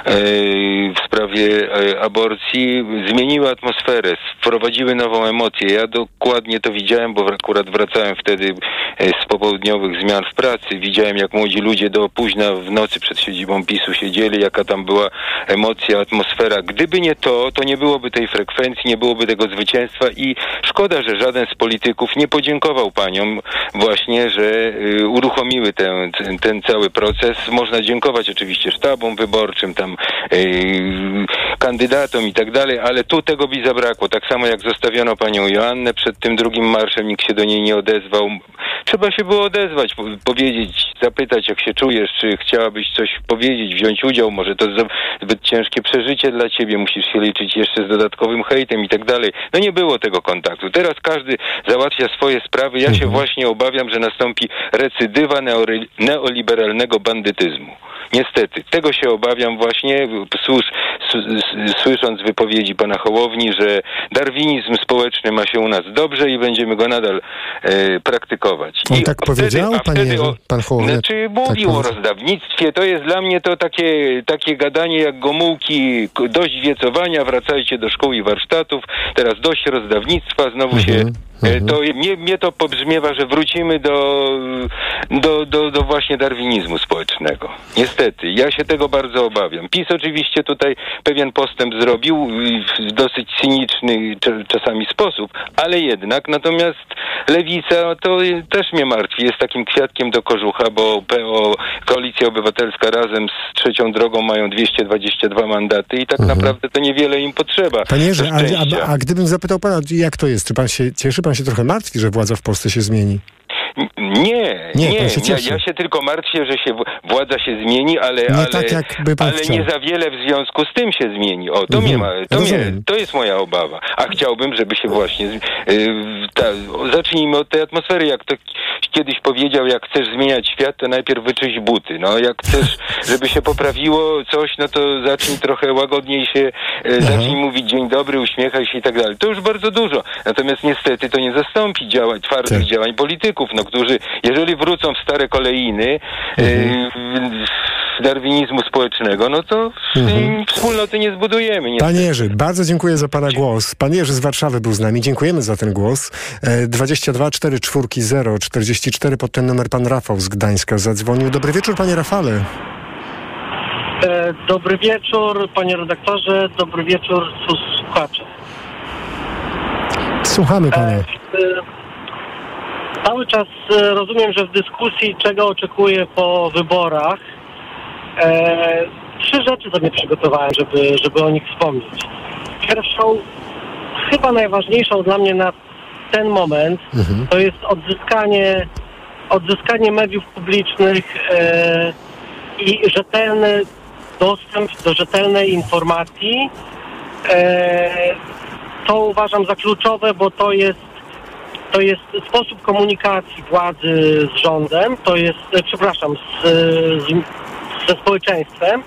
w sprawie aborcji zmieniły atmosferę, wprowadziły nową emocję. Ja dokładnie to widziałem, bo akurat wracałem wtedy z popołudniowych zmian w pracy. Widziałem, jak młodzi ludzie do późna w nocy przed siedzibą PiS-u siedzieli, jaka tam była emocja, atmosfera. Gdyby nie to nie byłoby tej frekwencji, nie byłoby tego zwycięstwa i szkoda, że żaden z polityków nie podziękował paniom właśnie, że uruchomiły ten cały proces. Można dziękować oczywiście sztabom wyborczym, tam kandydatom i tak dalej, ale tu tego by zabrakło. Tak samo jak zostawiono panią Joannę przed tym drugim marszem, nikt się do niej nie odezwał. Trzeba się było odezwać, powiedzieć, zapytać, jak się czujesz, czy chciałabyś coś powiedzieć, wziąć udział, może to zbyt ciężkie przeżycie dla ciebie, musisz się liczyć jeszcze z dodatkowym hejtem i tak dalej. No nie było tego kontaktu. Teraz każdy załatwia swoje sprawy. Ja się właśnie obawiam, że nastąpi recydywa neoliberalnego bandytyzmu. Niestety, tego się obawiam właśnie, słysząc wypowiedzi pana Hołowni, że darwinizm społeczny ma się u nas dobrze i będziemy go nadal praktykować. On tak powiedział, pan Hołownia? Znaczy mówił o rozdawnictwie, to jest dla mnie to takie gadanie jak Gomułki, dość wiecowania, wracajcie do szkół i warsztatów, teraz dość rozdawnictwa, znowu się... To mnie to pobrzmiewa, że wrócimy do właśnie darwinizmu społecznego. Niestety, ja się tego bardzo obawiam. PiS oczywiście tutaj pewien postęp zrobił w dosyć cyniczny czasami sposób, ale jednak, natomiast lewica to też mnie martwi. Jest takim kwiatkiem do kożucha, bo PO, Koalicja Obywatelska razem z Trzecią Drogą mają 222 mandaty i tak naprawdę to niewiele im potrzeba. Panie Jerzy, a gdybym zapytał pana, jak to jest? Czy pan się cieszy? Pan się trochę martwi, że władza w Polsce się zmieni? Nie. Ja się tylko martwię, że się władza się zmieni, ale nie za wiele w związku z tym się zmieni. To jest moja obawa. A chciałbym, żeby się właśnie zacznijmy od tej atmosfery. Jak to kiedyś powiedział, jak chcesz zmieniać świat, to najpierw wyczyść buty. No, jak chcesz, żeby się poprawiło coś, no to zacznij trochę łagodniej się, zacznij mówić dzień dobry, uśmiechaj się i tak dalej. To już bardzo dużo. Natomiast niestety to nie zastąpi twardych działań polityków, którzy, jeżeli wrócą w stare kolejny darwinizmu społecznego, no to wspólnoty nie zbudujemy. Niestety. Panie Jerzy, bardzo dziękuję za pana głos. Pan Jerzy z Warszawy był z nami. Dziękujemy za ten głos. 22 440 44 pod ten numer pan Rafał z Gdańska zadzwonił. Dobry wieczór, panie Rafale. Dobry wieczór, panie redaktorze. Dobry wieczór, słuchacze. Słuchamy pana. Cały czas rozumiem, że w dyskusji, czego oczekuję po wyborach, 3 rzeczy sobie przygotowałem, żeby o nich wspomnieć. Pierwszą, chyba najważniejszą dla mnie na ten moment, to jest odzyskanie mediów publicznych i rzetelny dostęp do rzetelnej informacji. To uważam za kluczowe, bo to jest sposób komunikacji władzy z rządem, ze społeczeństwem.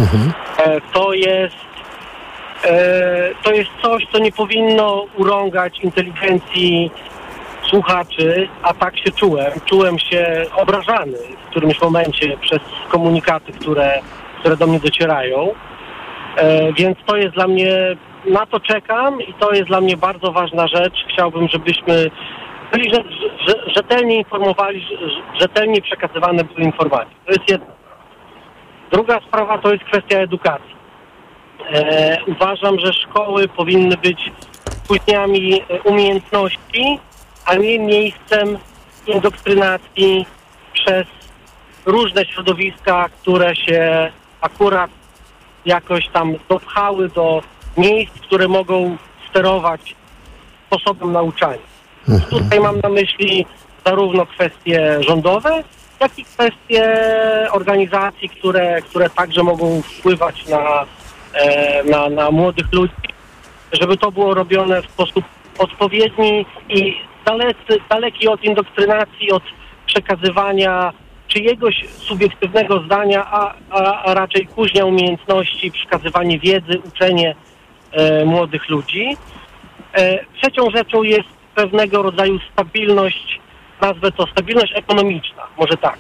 To jest coś, co nie powinno urągać inteligencji słuchaczy, a tak się czułem. Czułem się obrażany w którymś momencie przez komunikaty, które do mnie docierają. Więc to jest dla mnie, na to czekam i to jest dla mnie bardzo ważna rzecz. Chciałbym, żebyśmy byli rzetelnie informowali, rzetelnie przekazywane były informacje. To jest jedna. Druga sprawa to jest kwestia edukacji. Uważam, że szkoły powinny być późniami umiejętności, a nie miejscem indoktrynacji przez różne środowiska, które się akurat jakoś tam dopchały do miejsc, które mogą sterować sposobem nauczania. Tutaj mam na myśli zarówno kwestie rządowe, jak i kwestie organizacji, które także mogą wpływać na młodych ludzi, żeby to było robione w sposób odpowiedni i daleki od indoktrynacji, od przekazywania czyjegoś subiektywnego zdania, a raczej kuźnia umiejętności, przekazywanie wiedzy, uczenie młodych ludzi. Trzecią rzeczą jest pewnego rodzaju stabilność, nazwę to stabilność ekonomiczna, może tak.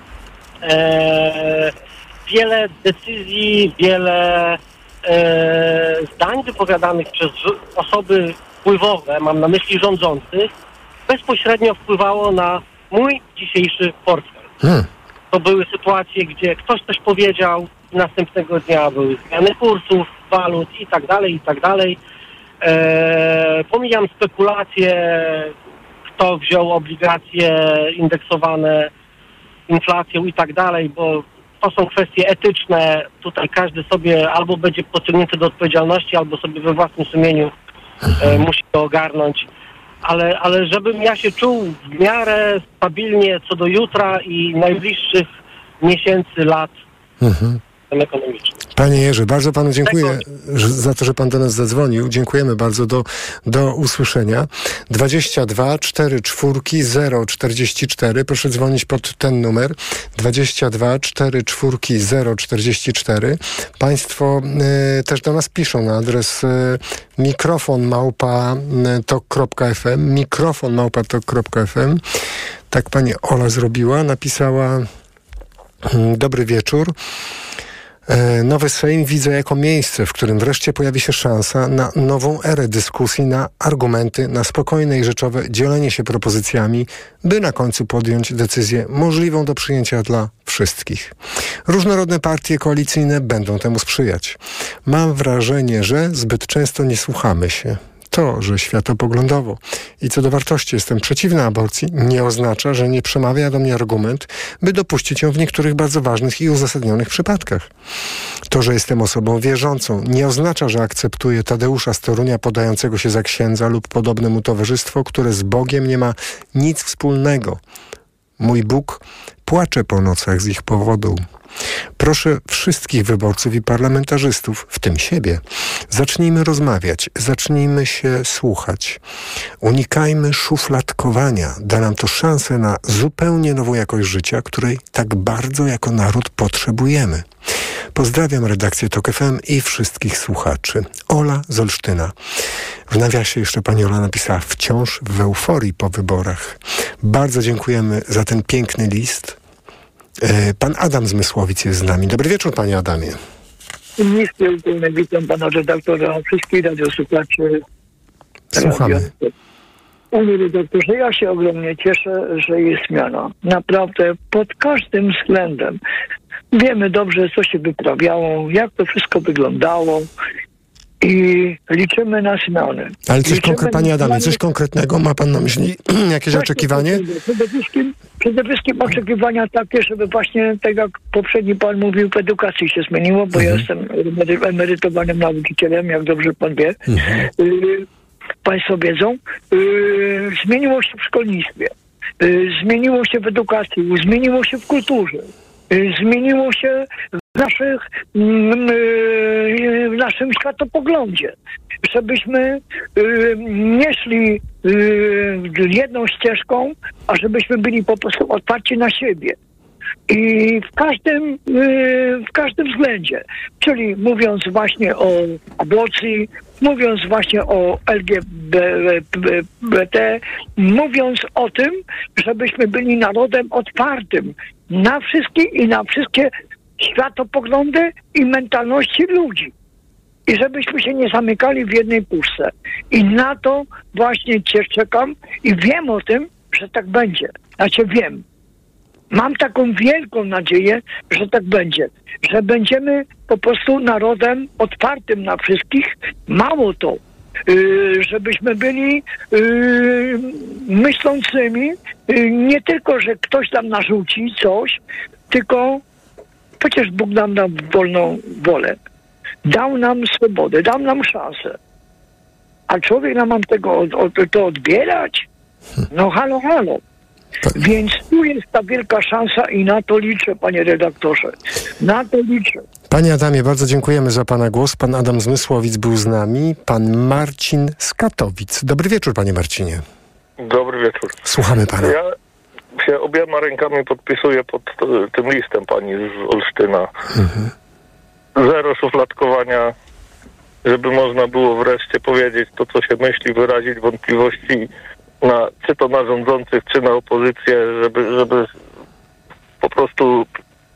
Wiele decyzji, wiele zdań wypowiadanych przez osoby wpływowe, mam na myśli rządzących, bezpośrednio wpływało na mój dzisiejszy portfel. To były sytuacje, gdzie ktoś coś powiedział i następnego dnia były zmiany kursów, walut i tak dalej. Pomijam spekulacje, kto wziął obligacje indeksowane inflacją i tak dalej, bo to są kwestie etyczne. Tutaj każdy sobie albo będzie pociągnięty do odpowiedzialności, albo sobie we własnym sumieniu musi to ogarnąć. Ale żebym ja się czuł w miarę stabilnie co do jutra i najbliższych miesięcy, lat ekonomicznych. Panie Jerzy, bardzo panu dziękuję za to, że pan do nas zadzwonił. Dziękujemy bardzo. Do usłyszenia. 22 44 044. Proszę dzwonić pod ten numer. 22 44 044. Państwo też do nas piszą na adres mikrofon@tok.fm. mikrofon@tok.fm. Tak pani Ola zrobiła. Napisała: dobry wieczór. Nowy Sejm widzę jako miejsce, w którym wreszcie pojawi się szansa na nową erę dyskusji, na argumenty, na spokojne i rzeczowe dzielenie się propozycjami, by na końcu podjąć decyzję możliwą do przyjęcia dla wszystkich. Różnorodne partie koalicyjne będą temu sprzyjać. Mam wrażenie, że zbyt często nie słuchamy się. To, że światopoglądowo i co do wartości jestem przeciwny aborcji, nie oznacza, że nie przemawia do mnie argument, by dopuścić ją w niektórych bardzo ważnych i uzasadnionych przypadkach. To, że jestem osobą wierzącą, nie oznacza, że akceptuję Tadeusza z Torunia podającego się za księdza lub podobne mu towarzystwo, które z Bogiem nie ma nic wspólnego. Mój Bóg płacze po nocach z ich powodu. Proszę wszystkich wyborców i parlamentarzystów, w tym siebie, zacznijmy rozmawiać, zacznijmy się słuchać. Unikajmy szufladkowania. Da nam to szansę na zupełnie nową jakość życia, której tak bardzo jako naród potrzebujemy. Pozdrawiam redakcję TOK FM i wszystkich słuchaczy. Ola z Olsztyna. W nawiasie jeszcze pani Ola napisała: wciąż w euforii po wyborach. Bardzo dziękujemy za ten piękny list. Pan Adam z Mysłowic jest z nami. Dobry wieczór, panie Adamie. Niskie ukłony, witam pana redaktora, wszystkich radiosłuchaczy. Słuchamy. Panie redaktorze, ja się ogromnie cieszę, że jest zmiana. Naprawdę pod każdym względem. Wiemy dobrze, co się wyprawiało, jak to wszystko wyglądało i liczymy na zmiany. Ale panie Adamie, coś konkretnego ma pan na myśli? Jakieś oczekiwanie? Przede wszystkim oczekiwania takie, żeby właśnie, tak jak poprzedni pan mówił, w edukacji się zmieniło, bo ja jestem emerytowanym nauczycielem, jak dobrze pan wie. Państwo wiedzą. Zmieniło się w szkolnictwie, zmieniło się w edukacji, zmieniło się w kulturze, zmieniło się w naszym światopoglądzie, żebyśmy nie szli jedną ścieżką, a żebyśmy byli po prostu otwarci na siebie. I w każdym względzie, czyli mówiąc właśnie o aborcji, mówiąc właśnie o LGBT, mówiąc o tym, żebyśmy byli narodem otwartym na wszystkich i na wszystkie światopoglądy i mentalności ludzi. I żebyśmy się nie zamykali w jednej puszce. I na to właśnie czekam i wiem o tym, że tak będzie. Znaczy wiem. Mam taką wielką nadzieję, że tak będzie. Że będziemy po prostu narodem otwartym na wszystkich. Mało to, żebyśmy byli myślącymi, nie tylko, że ktoś nam narzuci coś, tylko przecież Bóg nam dał wolną wolę. Dał nam swobodę, dał nam szansę. A człowiek nam to odbierać? No halo. Więc tu jest ta wielka szansa i na to liczę, panie redaktorze. Na to liczę. Panie Adamie, bardzo dziękujemy za pana głos. Pan Adam z Mysłowic był z nami. Pan Marcin z Katowic. Dobry wieczór, panie Marcinie. Dobry wieczór. Słuchamy pana. Ja się obiema rękami podpisuję pod tym listem pani z Olsztyna. Zero szufladkowania, żeby można było wreszcie powiedzieć to, co się myśli, wyrazić wątpliwości czy to na rządzących, czy na opozycję, żeby po prostu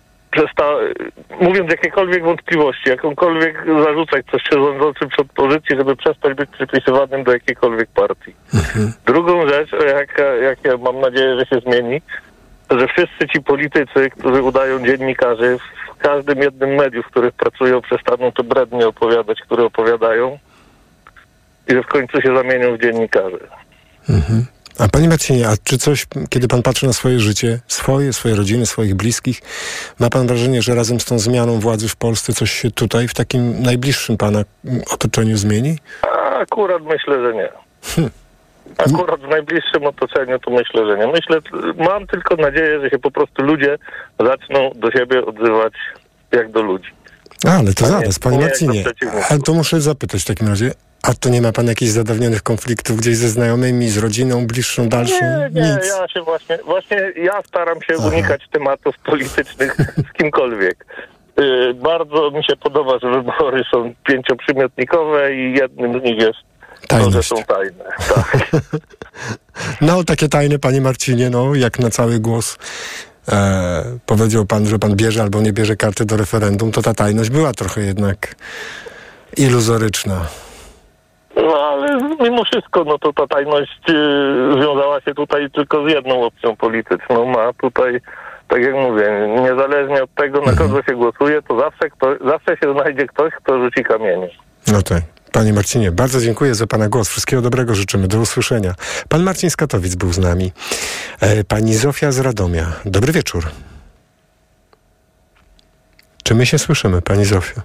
mówiąc jakiekolwiek wątpliwości, jakąkolwiek zarzucać coś czy rządzącym, czy opozycji, żeby przestać być przypisywanym do jakiejkolwiek partii. Drugą rzecz, jak mam nadzieję, że się zmieni, że wszyscy ci politycy, którzy udają dziennikarzy, w każdym jednym medium, w których pracują, przestaną te brednie opowiadać, które opowiadają i że w końcu się zamienią w dziennikarzy. A panie Marcinie, a czy coś, kiedy pan patrzy na swoje życie, swoje rodziny, swoich bliskich, ma pan wrażenie, że razem z tą zmianą władzy w Polsce coś się tutaj, w takim najbliższym pana otoczeniu zmieni? Akurat myślę, że nie. Akurat w najbliższym otoczeniu to myślę, że nie. Mam tylko nadzieję, że się po prostu ludzie zaczną do siebie odzywać jak do ludzi. Ale to zaraz, panie Marcinie, ale to muszę zapytać w takim razie, a to nie ma pan jakichś zadawnionych konfliktów gdzieś ze znajomymi, z rodziną, bliższą, dalszą? Nie, nic. Ja się ja staram się unikać tematów politycznych z kimkolwiek. Bardzo mi się podoba, że wybory są 5-przymiotnikowe i jednym z nich jest to, że są tajne. Tak. No, takie tajne, panie Marcinie, jak na cały głos powiedział pan, że pan bierze albo nie bierze karty do referendum, to ta tajność była trochę jednak iluzoryczna. No ale mimo wszystko, to ta tajność związała się tutaj tylko z jedną opcją polityczną. Ma tutaj, tak jak mówię, niezależnie od tego, na kogo się głosuje, to zawsze się znajdzie ktoś, kto rzuci kamienie. No tak. Panie Marcinie, bardzo dziękuję za pana głos. Wszystkiego dobrego życzymy. Do usłyszenia. Pan Marcin z Katowic był z nami. Pani Zofia z Radomia. Dobry wieczór. Czy my się słyszymy, pani Zofio?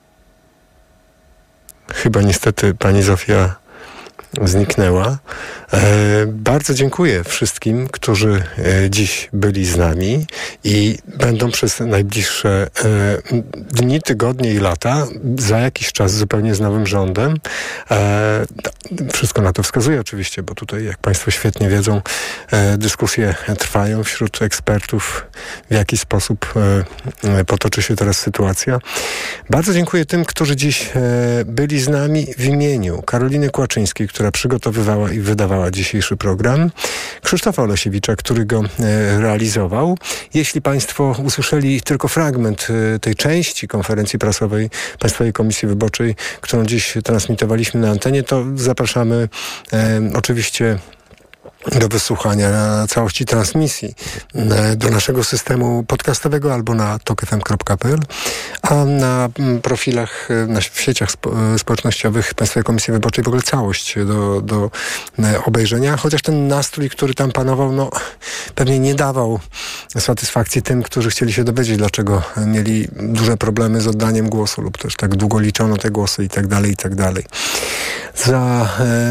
Chyba niestety pani Zofia zniknęła. Bardzo dziękuję wszystkim, którzy dziś byli z nami i będą przez najbliższe dni, tygodnie i lata, za jakiś czas zupełnie z nowym rządem. Wszystko na to wskazuje oczywiście, bo tutaj, jak państwo świetnie wiedzą, dyskusje trwają wśród ekspertów, w jaki sposób potoczy się teraz sytuacja. Bardzo dziękuję tym, którzy dziś byli z nami w imieniu Karoliny Kłaczyńskiej, która przygotowywała i wydawała dzisiejszy program, Krzysztofa Olesiewicza, który go realizował. Jeśli państwo usłyszeli tylko fragment tej części konferencji prasowej Państwowej Komisji Wyborczej, którą dziś transmitowaliśmy na antenie, to zapraszamy oczywiście do wysłuchania całości transmisji do naszego systemu podcastowego albo na tokfm.pl, a na profilach, w sieciach społecznościowych Państwowej Komisji Wyborczej w ogóle całość do obejrzenia, chociaż ten nastrój, który tam panował, pewnie nie dawał satysfakcji tym, którzy chcieli się dowiedzieć, dlaczego mieli duże problemy z oddaniem głosu lub też tak długo liczono te głosy i tak dalej, i tak dalej. Za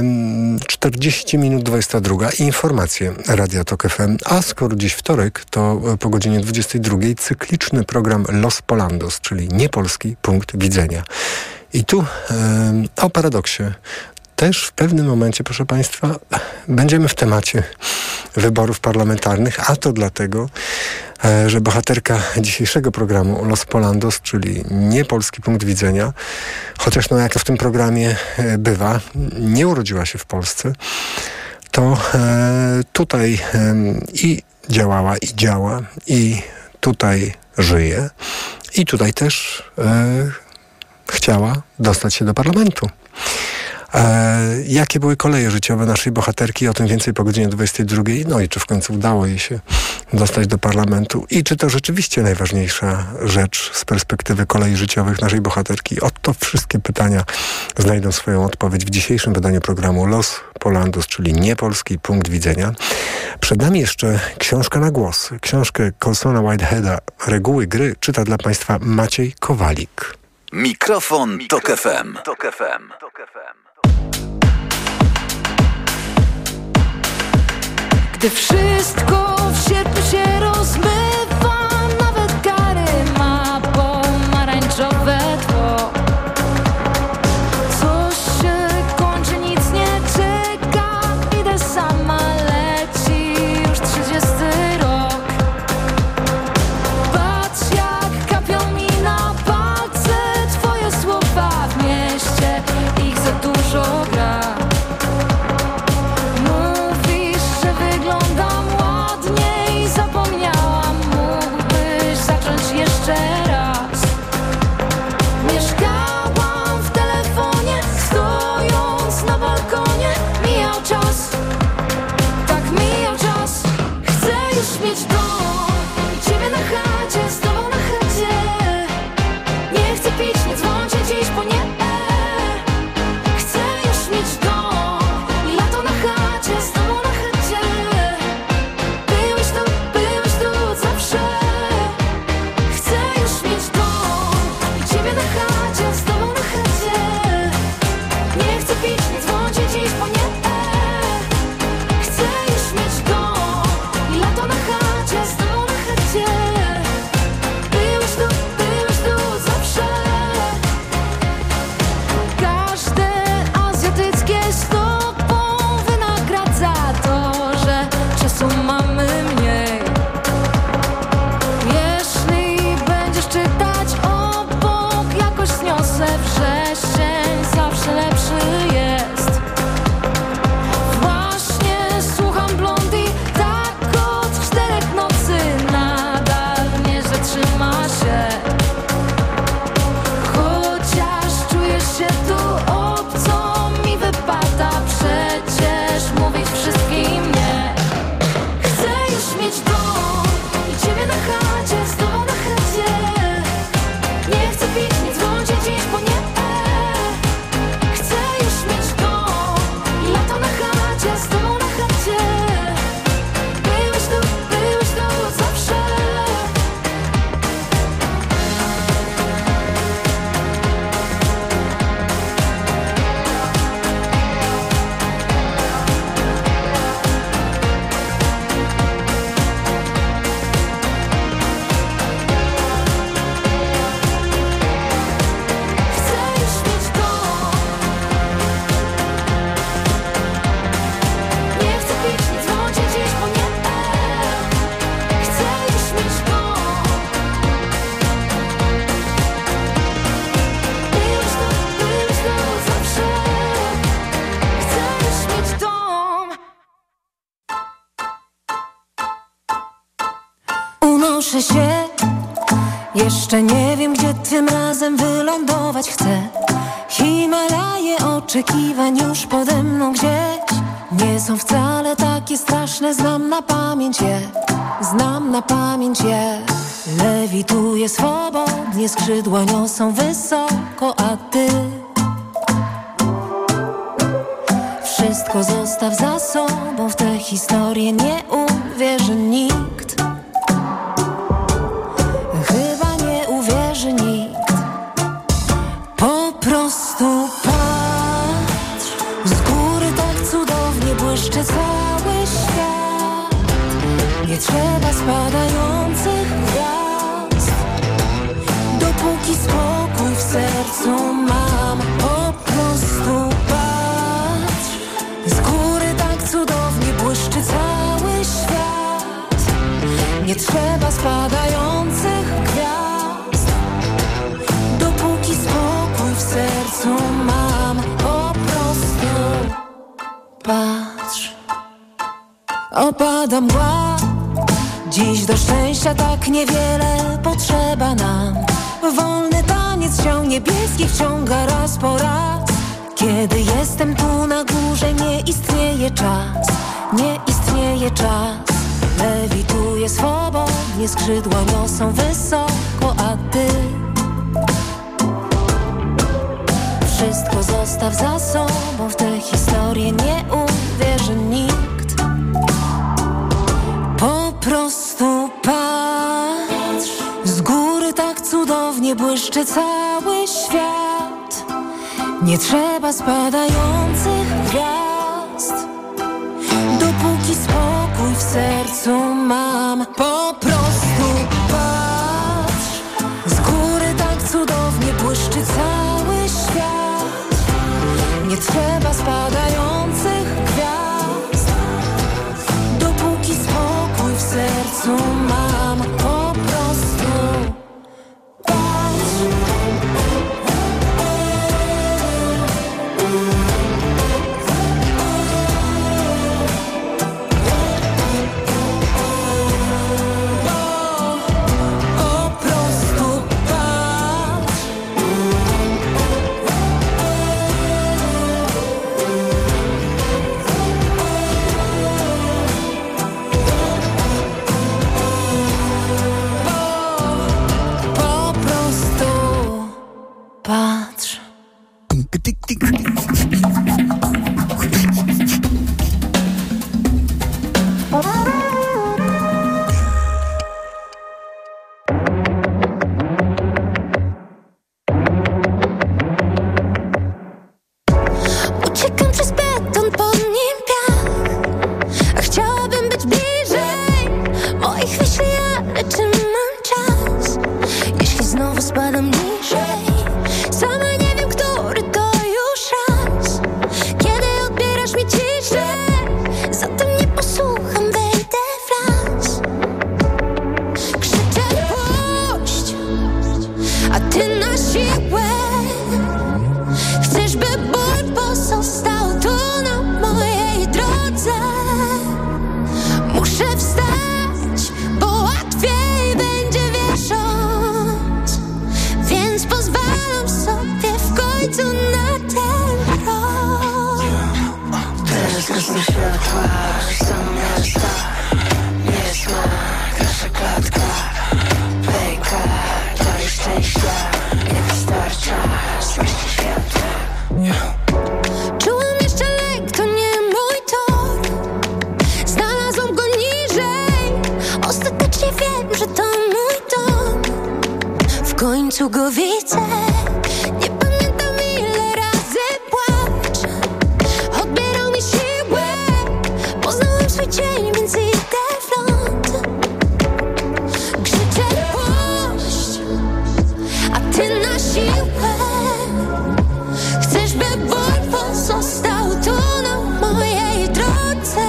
40 minut 22 informacje Radia Tok FM, a skoro dziś wtorek, to po godzinie 22 cykliczny program Los Polandos, czyli niepolski punkt widzenia. I tu o paradoksie też w pewnym momencie, proszę państwa, będziemy w temacie wyborów parlamentarnych, a to dlatego, że bohaterka dzisiejszego programu Los Polandos, czyli niepolski punkt widzenia, chociaż jak w tym programie bywa, nie urodziła się w Polsce, to tutaj i działała, i działa, i tutaj żyje, i tutaj też chciała dostać się do parlamentu. Jakie były koleje życiowe naszej bohaterki? O tym więcej po godzinie 22. No i czy w końcu udało jej się dostać do parlamentu? I czy to rzeczywiście najważniejsza rzecz z perspektywy kolei życiowych naszej bohaterki? Oto wszystkie pytania znajdą swoją odpowiedź w dzisiejszym wydaniu programu Los Polandos, czyli niepolski punkt widzenia. Przed nami jeszcze książka na głos. Książkę Colsona Whiteheada Reguły gry czyta dla państwa Maciej Kowalik. Mikrofon Tok FM. Gdy wszystko w sierpniu się rozmywa, nawet Gary ma pomarańczowe tło. Coś się kończy, nic nie czeka, idę sama, leci już 30 rok. Patrz jak kapią mi na palce twoje słowa, w mieście ich za dużo gra. Mówisz, że wyglądam ładnie i zapomniałam, mógłbyś zacząć jeszcze raz. Mieszkałam w telefonie, stojąc na balkonie, mijał czas, tak mijał czas. Chcę już mieć dom i ciebie na chacie, z tobą na chacie. Nie chcę pić, nie dzwońcie dziś, bo nie. Chcę już mieć dom i lato na chacie, z tobą na chacie. Byłeś tu zawsze. Chcę już mieć dom i ciebie na chacie, z tobą na chacie. Nie chcę pić, nie dzwońcie dziś, bo nie. Chcę już mieć dom i lato na chacie, z tobą na chacie. Byłeś tu zawsze. Każde azjatyckie stopą wynagradza to, że czasu mamy mniej. Jeśli będziesz czytać obok, jakoś zniosę wrzesień, zawsze lepszy jest. Właśnie słucham Blondie, tak od 4 nocy, nadal nie zatrzyma się. Chociaż czujesz się tu obco, mi wypada przecież mówić wszystkim nie. Chcę już mieć dom i ciebie na chacie, z tobą na chacie. Nie chcę pić, nie dzwońcie dziś, bo nie. Chcę już mieć dom i lato na chacie, z tobą na chacie. Byłeś tu zawsze. Chcę już mieć dom. Nie chcę pić, nie dzwońcie dziś, bo nie. Chcę już mieć dom. Byłeś tu zawsze. Chcę już mieć dom. Unoszę się, jeszcze nie wiem, gdzie tym razem wylądować chcę. Himalaje oczekiwań już pode mną gdzieś. Nie są wcale takie straszne, znam na pamięć je. Lewituję swobodnie, skrzydła niosą wysoko, a ty wszystko zostaw za sobą, w tę historię nie uwierzy nikt. Chyba nie uwierzy nikt. Po prostu patrz, z góry tak cudownie błyszczy cały świat. Nie trzeba spadających gwiazd, dopóki spokój w sercu mam. Po prostu patrz, z góry tak cudownie błyszczy cały świat. Nie trzeba spadających gwiazd, dopóki spokój w sercu mam. Po prostu patrz. Opada mgła, dziś do szczęścia tak niewiele potrzeba nam. Wolny taniec ciał niebieski wciąga raz po raz. Kiedy jestem tu na górze, nie istnieje czas, nie istnieje czas. Lewituję swobodnie, skrzydła niosą wysoko, a ty wszystko zostaw za sobą, w tę historię nie uwierzy nikt. Po prostu patrz, z góry tak cudownie błyszczy cały świat. Nie trzeba spadających gwiazd, dopóki spokój w w sercu mam. Po prostu patrz, z góry tak cudownie błyszczy cały świat. Nie trzeba spadających gwiazd, dopóki spokój w sercu mam. Po prostu patrz. Patrz. Uciekam przez beton, pod nim piach, a chciałabym być bliżej moich myśli, ale czy mam czas, jeśli znowu spadam niżej? Sama nie wiem, który to już raz, kiedy odbierasz mi ciszę, zatem nie posłucham, wejdę w las. Krzyczę puść, a ty na siłę chcesz, by ból pozostał tu na mojej drodze. Muszę wstać, bo łatwiej będzie wierząc, więc pozwalam sobie w końcu na ten krok. Teraz gasną światła, są miasta, nie smak, nasza klatka pęka, daj szczęścia, nie wystarcza, złości światła. Czułam jeszcze lęk, to nie mój tor, znalazłam go niżej, ostatecznie wiem, że to mój dom. W końcu go widzę, nie pamiętam ile razy płacz, odbierał mi siłę, poznałem swój cień, więc idę w ląd. Krzyczę puść, a ty na siłę chcesz, by ból pozostał tu na mojej drodze.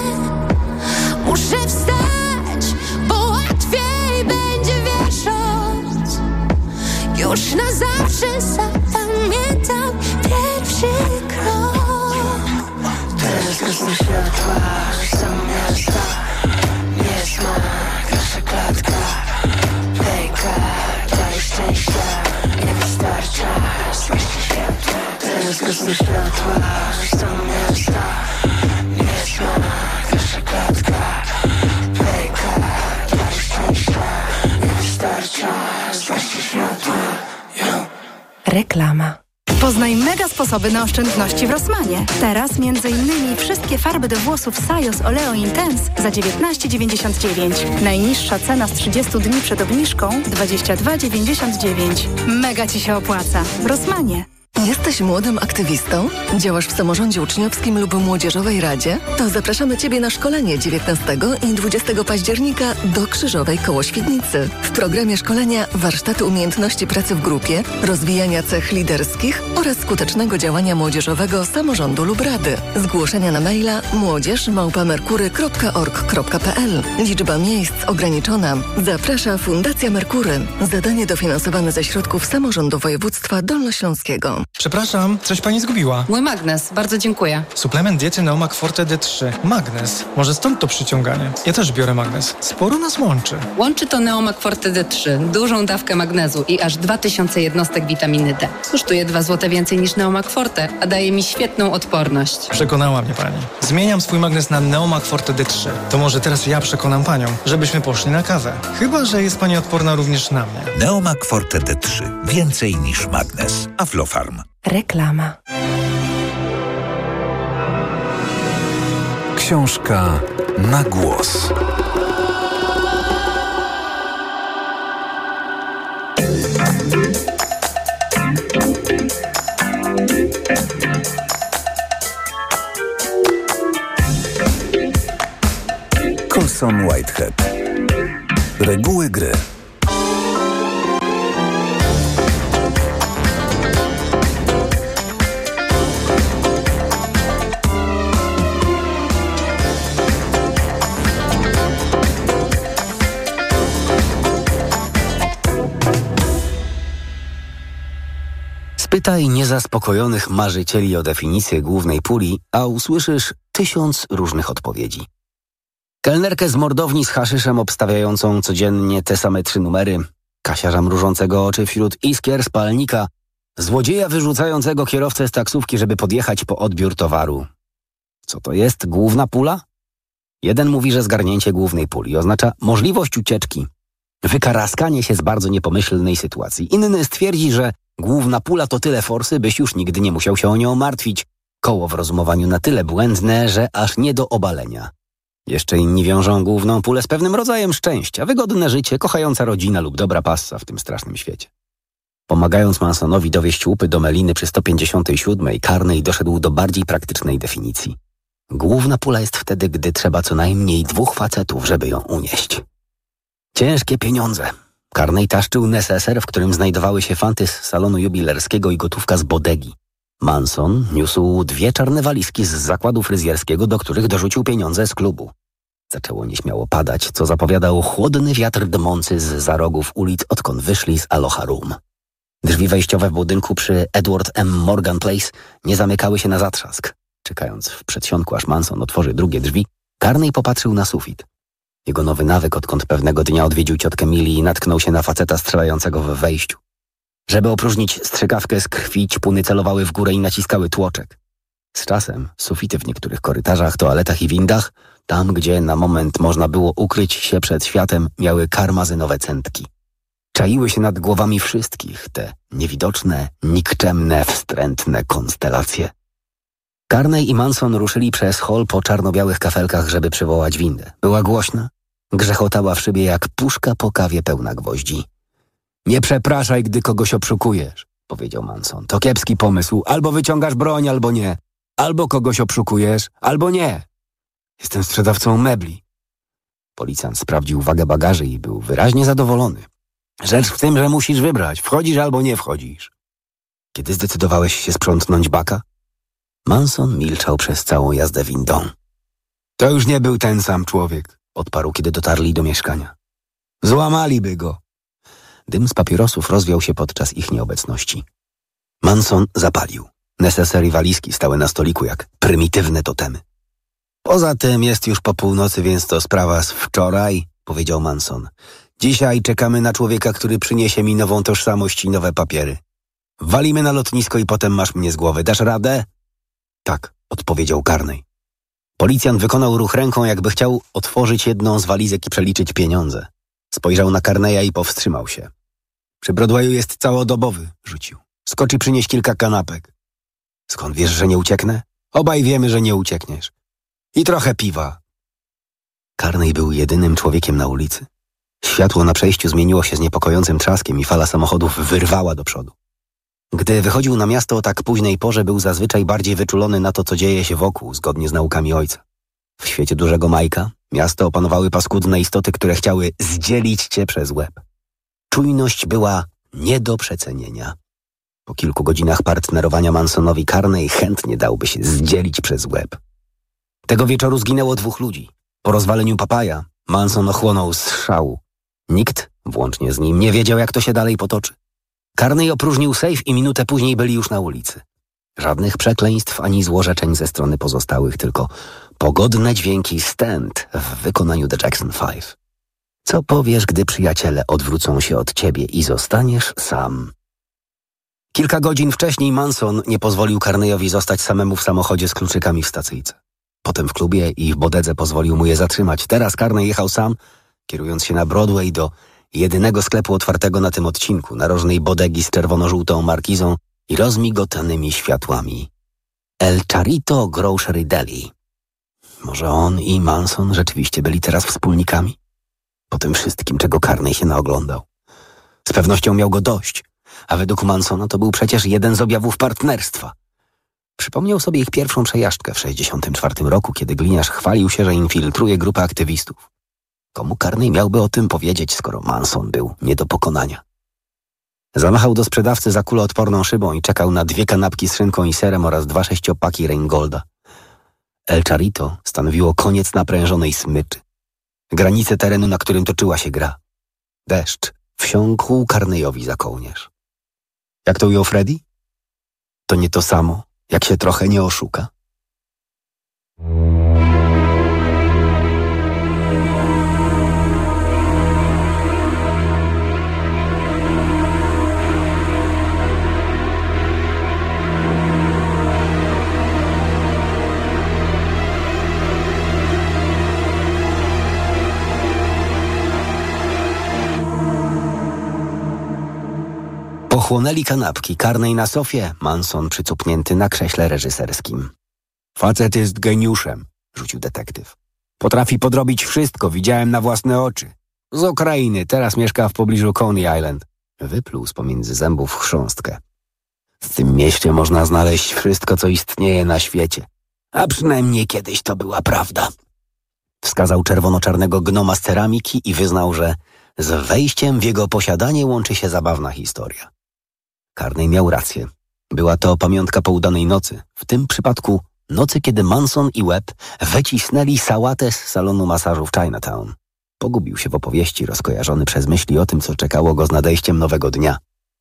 Muszę wstać, bo łatwiej będzie wierząc, już na zawsze zapamiętam pierwszy krok. Teraz gasną światła, są miasta, nie smak, nasza klatka pęka, daj szczęścia, nie wystarcza, złości światła. Teraz gasną światła, są miasta, nie smak, nasza klatka pęka, daj szczęścia, nie wystarcza, złości światła. Reklama. Poznaj mega sposoby na oszczędności w Rossmanie. Teraz m.in. wszystkie farby do włosów Sajos Oleo Intense za 19,99. Najniższa cena z 30 dni przed obniżką 22,99. Mega Ci się opłaca. W Rossmanie. Jesteś młodym aktywistą? Działasz w samorządzie uczniowskim lub młodzieżowej radzie? To zapraszamy Ciebie na szkolenie 19 i 20 października do Krzyżowej koło Świdnicy. W programie szkolenia warsztaty umiejętności pracy w grupie, rozwijania cech liderskich oraz skutecznego działania młodzieżowego samorządu lub rady. Zgłoszenia na maila młodzież@merkury.org.pl. Liczba miejsc ograniczona. Zaprasza Fundacja Merkury. Zadanie dofinansowane ze środków samorządu województwa dolnośląskiego. Przepraszam, coś pani zgubiła. Mój magnes, bardzo dziękuję. Suplement diety Neomak Forte D3. Magnes. Może stąd to przyciąganie. Ja też biorę magnes. Sporo nas łączy. Łączy to Neomak Forte D3. Dużą dawkę magnezu i aż 2000 jednostek witaminy D. Kosztuje 2 zł więcej niż Neomak Forte, a daje mi świetną odporność. Przekonała mnie pani. Zmieniam swój magnes na Neomak Forte D3. To może teraz ja przekonam panią, żebyśmy poszli na kawę. Chyba że jest pani odporna również na mnie. Neomak Forte D3. Więcej niż magnes. Aflofarm. Reklama. Książka na głos. Jason Whitehead. Reguły gry. Spytaj niezaspokojonych marzycieli o definicję głównej puli, a usłyszysz 1000 różnych odpowiedzi. Kelnerkę z mordowni z haszyszem obstawiającą codziennie te same 3 numery, kasiarza mrużącego oczy wśród iskier z palnika, złodzieja wyrzucającego kierowcę z taksówki, żeby podjechać po odbiór towaru. Co to jest główna pula? Jeden mówi, że zgarnięcie głównej puli oznacza możliwość ucieczki, wykaraskanie się z bardzo niepomyślnej sytuacji. Inny stwierdzi, że główna pula to tyle forsy, byś już nigdy nie musiał się o nią martwić. Koło w rozumowaniu na tyle błędne, że aż nie do obalenia. Jeszcze inni wiążą główną pulę z pewnym rodzajem szczęścia, wygodne życie, kochająca rodzina lub dobra passa w tym strasznym świecie. Pomagając Mansonowi dowieść łupy do Meliny przy 157, Carney doszedł do bardziej praktycznej definicji. Główna pula jest wtedy, gdy trzeba co najmniej 2 facetów, żeby ją unieść. Ciężkie pieniądze. Carney taszczył neseser, w którym znajdowały się fanty z salonu jubilerskiego i gotówka z bodegi. Manson niósł 2 czarne walizki z zakładu fryzjerskiego, do których dorzucił pieniądze z klubu. Zaczęło nieśmiało padać, co zapowiadał chłodny wiatr dmący z za rogów ulic, odkąd wyszli z Aloha Room. Drzwi wejściowe w budynku przy Edward M. Morgan Place nie zamykały się na zatrzask. Czekając w przedsionku, aż Manson otworzy drugie drzwi, Carney popatrzył na sufit. Jego nowy nawyk, odkąd pewnego dnia odwiedził ciotkę Millie i natknął się na faceta strzelającego w wejściu. Żeby opróżnić strzykawkę z krwi, ćpuny celowały w górę i naciskały tłoczek. Z czasem sufity w niektórych korytarzach, toaletach i windach, tam gdzie na moment można było ukryć się przed światem, miały karmazynowe centki. Czaiły się nad głowami wszystkich te niewidoczne, nikczemne, wstrętne konstelacje. Carney i Manson ruszyli przez hol po czarno-białych kafelkach, żeby przywołać windę. Była głośna, grzechotała w szybie jak puszka po kawie pełna gwoździ. Nie przepraszaj, gdy kogoś obszukujesz, powiedział Manson. To kiepski pomysł. Albo wyciągasz broń, albo nie. Albo kogoś obszukujesz, albo nie. Jestem sprzedawcą mebli. Policjant sprawdził wagę bagaży i był wyraźnie zadowolony. Rzecz w tym, że musisz wybrać. Wchodzisz albo nie wchodzisz. Kiedy zdecydowałeś się sprzątnąć baka? Manson milczał przez całą jazdę windą. To już nie był ten sam człowiek, odparł, kiedy dotarli do mieszkania. Złamaliby go. Dym z papierosów rozwiał się podczas ich nieobecności. Manson zapalił. Neseser i walizki stały na stoliku jak prymitywne totemy. Poza tym jest już po północy, więc to sprawa z wczoraj, powiedział Manson. Dzisiaj czekamy na człowieka, który przyniesie mi nową tożsamość i nowe papiery. Walimy na lotnisko i potem masz mnie z głowy. Dasz radę? Tak, odpowiedział Carney. Policjant wykonał ruch ręką, jakby chciał otworzyć jedną z walizek i przeliczyć pieniądze. Spojrzał na Carneya i powstrzymał się. Przy Broadwayu jest całodobowy, rzucił. Skocz i przynieś kilka kanapek. Skąd wiesz, że nie ucieknę? Obaj wiemy, że nie uciekniesz. I trochę piwa. Carney był jedynym człowiekiem na ulicy. Światło na przejściu zmieniło się z niepokojącym trzaskiem i fala samochodów wyrwała do przodu. Gdy wychodził na miasto o tak późnej porze, był zazwyczaj bardziej wyczulony na to, co dzieje się wokół, zgodnie z naukami ojca. W świecie dużego Majka miasto opanowały paskudne istoty, które chciały zdzielić cię przez łeb. Czujność była nie do przecenienia. Po kilku godzinach partnerowania Mansonowi Carney chętnie dałby się zdzielić przez łeb. Tego wieczoru zginęło 2 ludzi. Po rozwaleniu Papaja Manson ochłonął z szału. Nikt, włącznie z nim, nie wiedział, jak to się dalej potoczy. Carney opróżnił sejf i minutę później byli już na ulicy. Żadnych przekleństw ani złorzeczeń ze strony pozostałych, tylko pogodne dźwięki Stand w wykonaniu The Jackson 5. Co powiesz, gdy przyjaciele odwrócą się od ciebie i zostaniesz sam? Kilka godzin wcześniej Manson nie pozwolił Carneyowi zostać samemu w samochodzie z kluczykami w stacyjce. Potem w klubie i w bodedze pozwolił mu je zatrzymać. Teraz Carney jechał sam, kierując się na Broadway do jedynego sklepu otwartego na tym odcinku, narożnej bodegi z czerwono-żółtą markizą i rozmigotanymi światłami. El Charito Grocery Deli. Może on i Manson rzeczywiście byli teraz wspólnikami? Po tym wszystkim, czego Carney się naoglądał. Z pewnością miał go dość, a według Mansona to był przecież jeden z objawów partnerstwa. Przypomniał sobie ich pierwszą przejażdżkę w 1964 roku, kiedy gliniarz chwalił się, że infiltruje grupę aktywistów. Komu Carney miałby o tym powiedzieć, skoro Manson był nie do pokonania? Zamachał do sprzedawcy za kuloodporną szybą i czekał na 2 kanapki z szynką i serem oraz 2 6-paki Reingolda. El Charito stanowiło koniec naprężonej smyczy. Granicę terenu, na którym toczyła się gra. Deszcz wsiąkł Carneyowi za kołnierz. Jak to ujął Freddy? To nie to samo, jak się trochę nie oszuka. Pochłonęli kanapki, Carney na sofie, Manson przycupnięty na krześle reżyserskim. Facet jest geniuszem, rzucił detektyw. Potrafi podrobić wszystko, widziałem na własne oczy. Z Ukrainy, teraz mieszka w pobliżu Coney Island. Wypluł z pomiędzy zębów chrząstkę. W tym mieście można znaleźć wszystko, co istnieje na świecie. A przynajmniej kiedyś to była prawda. Wskazał czerwono-czarnego gnoma z ceramiki i wyznał, że z wejściem w jego posiadanie łączy się zabawna historia. Carney miał rację. Była to pamiątka po udanej nocy. W tym przypadku nocy, kiedy Manson i Webb wycisnęli sałatę z salonu masażu w Chinatown. Pogubił się w opowieści, rozkojarzony przez myśli o tym, co czekało go z nadejściem nowego dnia.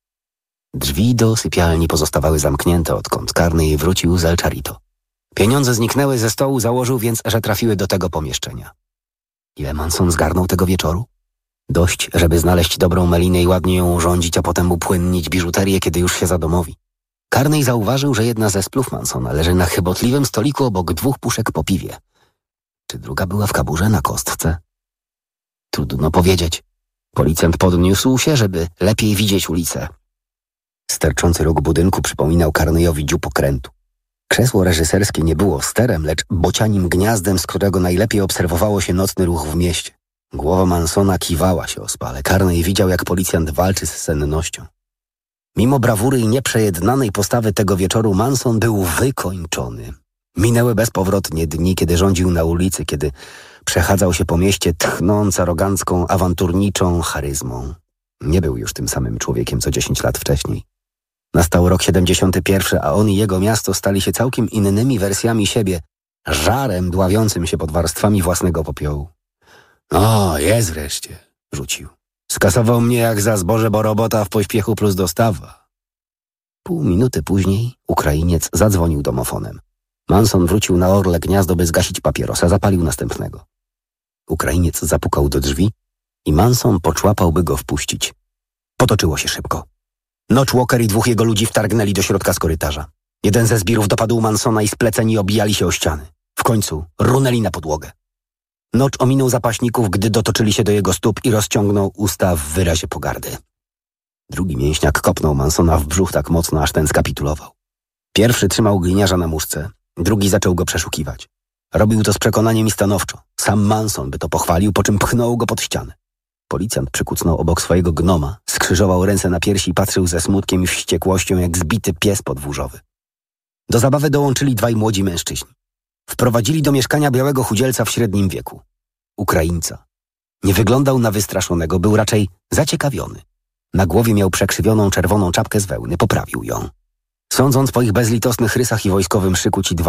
Drzwi do sypialni pozostawały zamknięte, odkąd Carney wrócił z El Charito. Pieniądze zniknęły ze stołu, założył więc, że trafiły do tego pomieszczenia. Ile Manson zgarnął tego wieczoru? Dość, żeby znaleźć dobrą melinę i ładnie ją urządzić, a potem upłynnić biżuterię, kiedy już się zadomowi. Carney zauważył, że jedna ze splów Mansona leży na chybotliwym stoliku obok 2 puszek po piwie. Czy druga była w kaburze na kostce? Trudno powiedzieć. Policjant podniósł się, żeby lepiej widzieć ulicę. Sterczący róg budynku przypominał Carneyowi dziób okrętu. Krzesło reżyserskie nie było sterem, lecz bocianim gniazdem, z którego najlepiej obserwowało się nocny ruch w mieście. Głowa Mansona kiwała się ospale. Carney widział, jak policjant walczy z sennością. Mimo brawury i nieprzejednanej postawy tego wieczoru Manson był wykończony. Minęły bezpowrotnie dni, kiedy rządził na ulicy, kiedy przechadzał się po mieście, tchnąc arogancką, awanturniczą charyzmą. Nie był już tym samym człowiekiem, co 10 lat wcześniej. Nastał rok 71, a on i jego miasto stali się całkiem innymi wersjami siebie, żarem dławiącym się pod warstwami własnego popiołu. O, jest wreszcie, rzucił. Skasował mnie jak za zboże, bo robota w pośpiechu plus dostawa. Pół minuty później Ukrainiec zadzwonił domofonem. Manson wrócił na orle gniazdo, by zgasić papierosa, zapalił następnego. Ukrainiec zapukał do drzwi i Manson poczłapał, by go wpuścić. Potoczyło się szybko. Notch Walker i 2 jego ludzi wtargnęli do środka z korytarza. Jeden ze zbirów dopadł Mansona i spleceni obijali się o ściany. W końcu runęli na podłogę. Notch ominął zapaśników, gdy dotoczyli się do jego stóp i rozciągnął usta w wyrazie pogardy. Drugi mięśniak kopnął Mansona w brzuch tak mocno, aż ten skapitulował. Pierwszy trzymał gliniarza na muszce, drugi zaczął go przeszukiwać. Robił to z przekonaniem i stanowczo. Sam Manson by to pochwalił, po czym pchnął go pod ścianę. Policjant przykucnął obok swojego gnoma, skrzyżował ręce na piersi i patrzył ze smutkiem i wściekłością jak zbity pies podwórzowy. Do zabawy dołączyli 2 młodzi mężczyźni. Wprowadzili do mieszkania białego chudzielca w średnim wieku. Ukraińca. Nie wyglądał na wystraszonego, był raczej zaciekawiony. Na głowie miał przekrzywioną czerwoną czapkę z wełny, poprawił ją. Sądząc po ich bezlitosnych rysach i wojskowym szyku, ci 2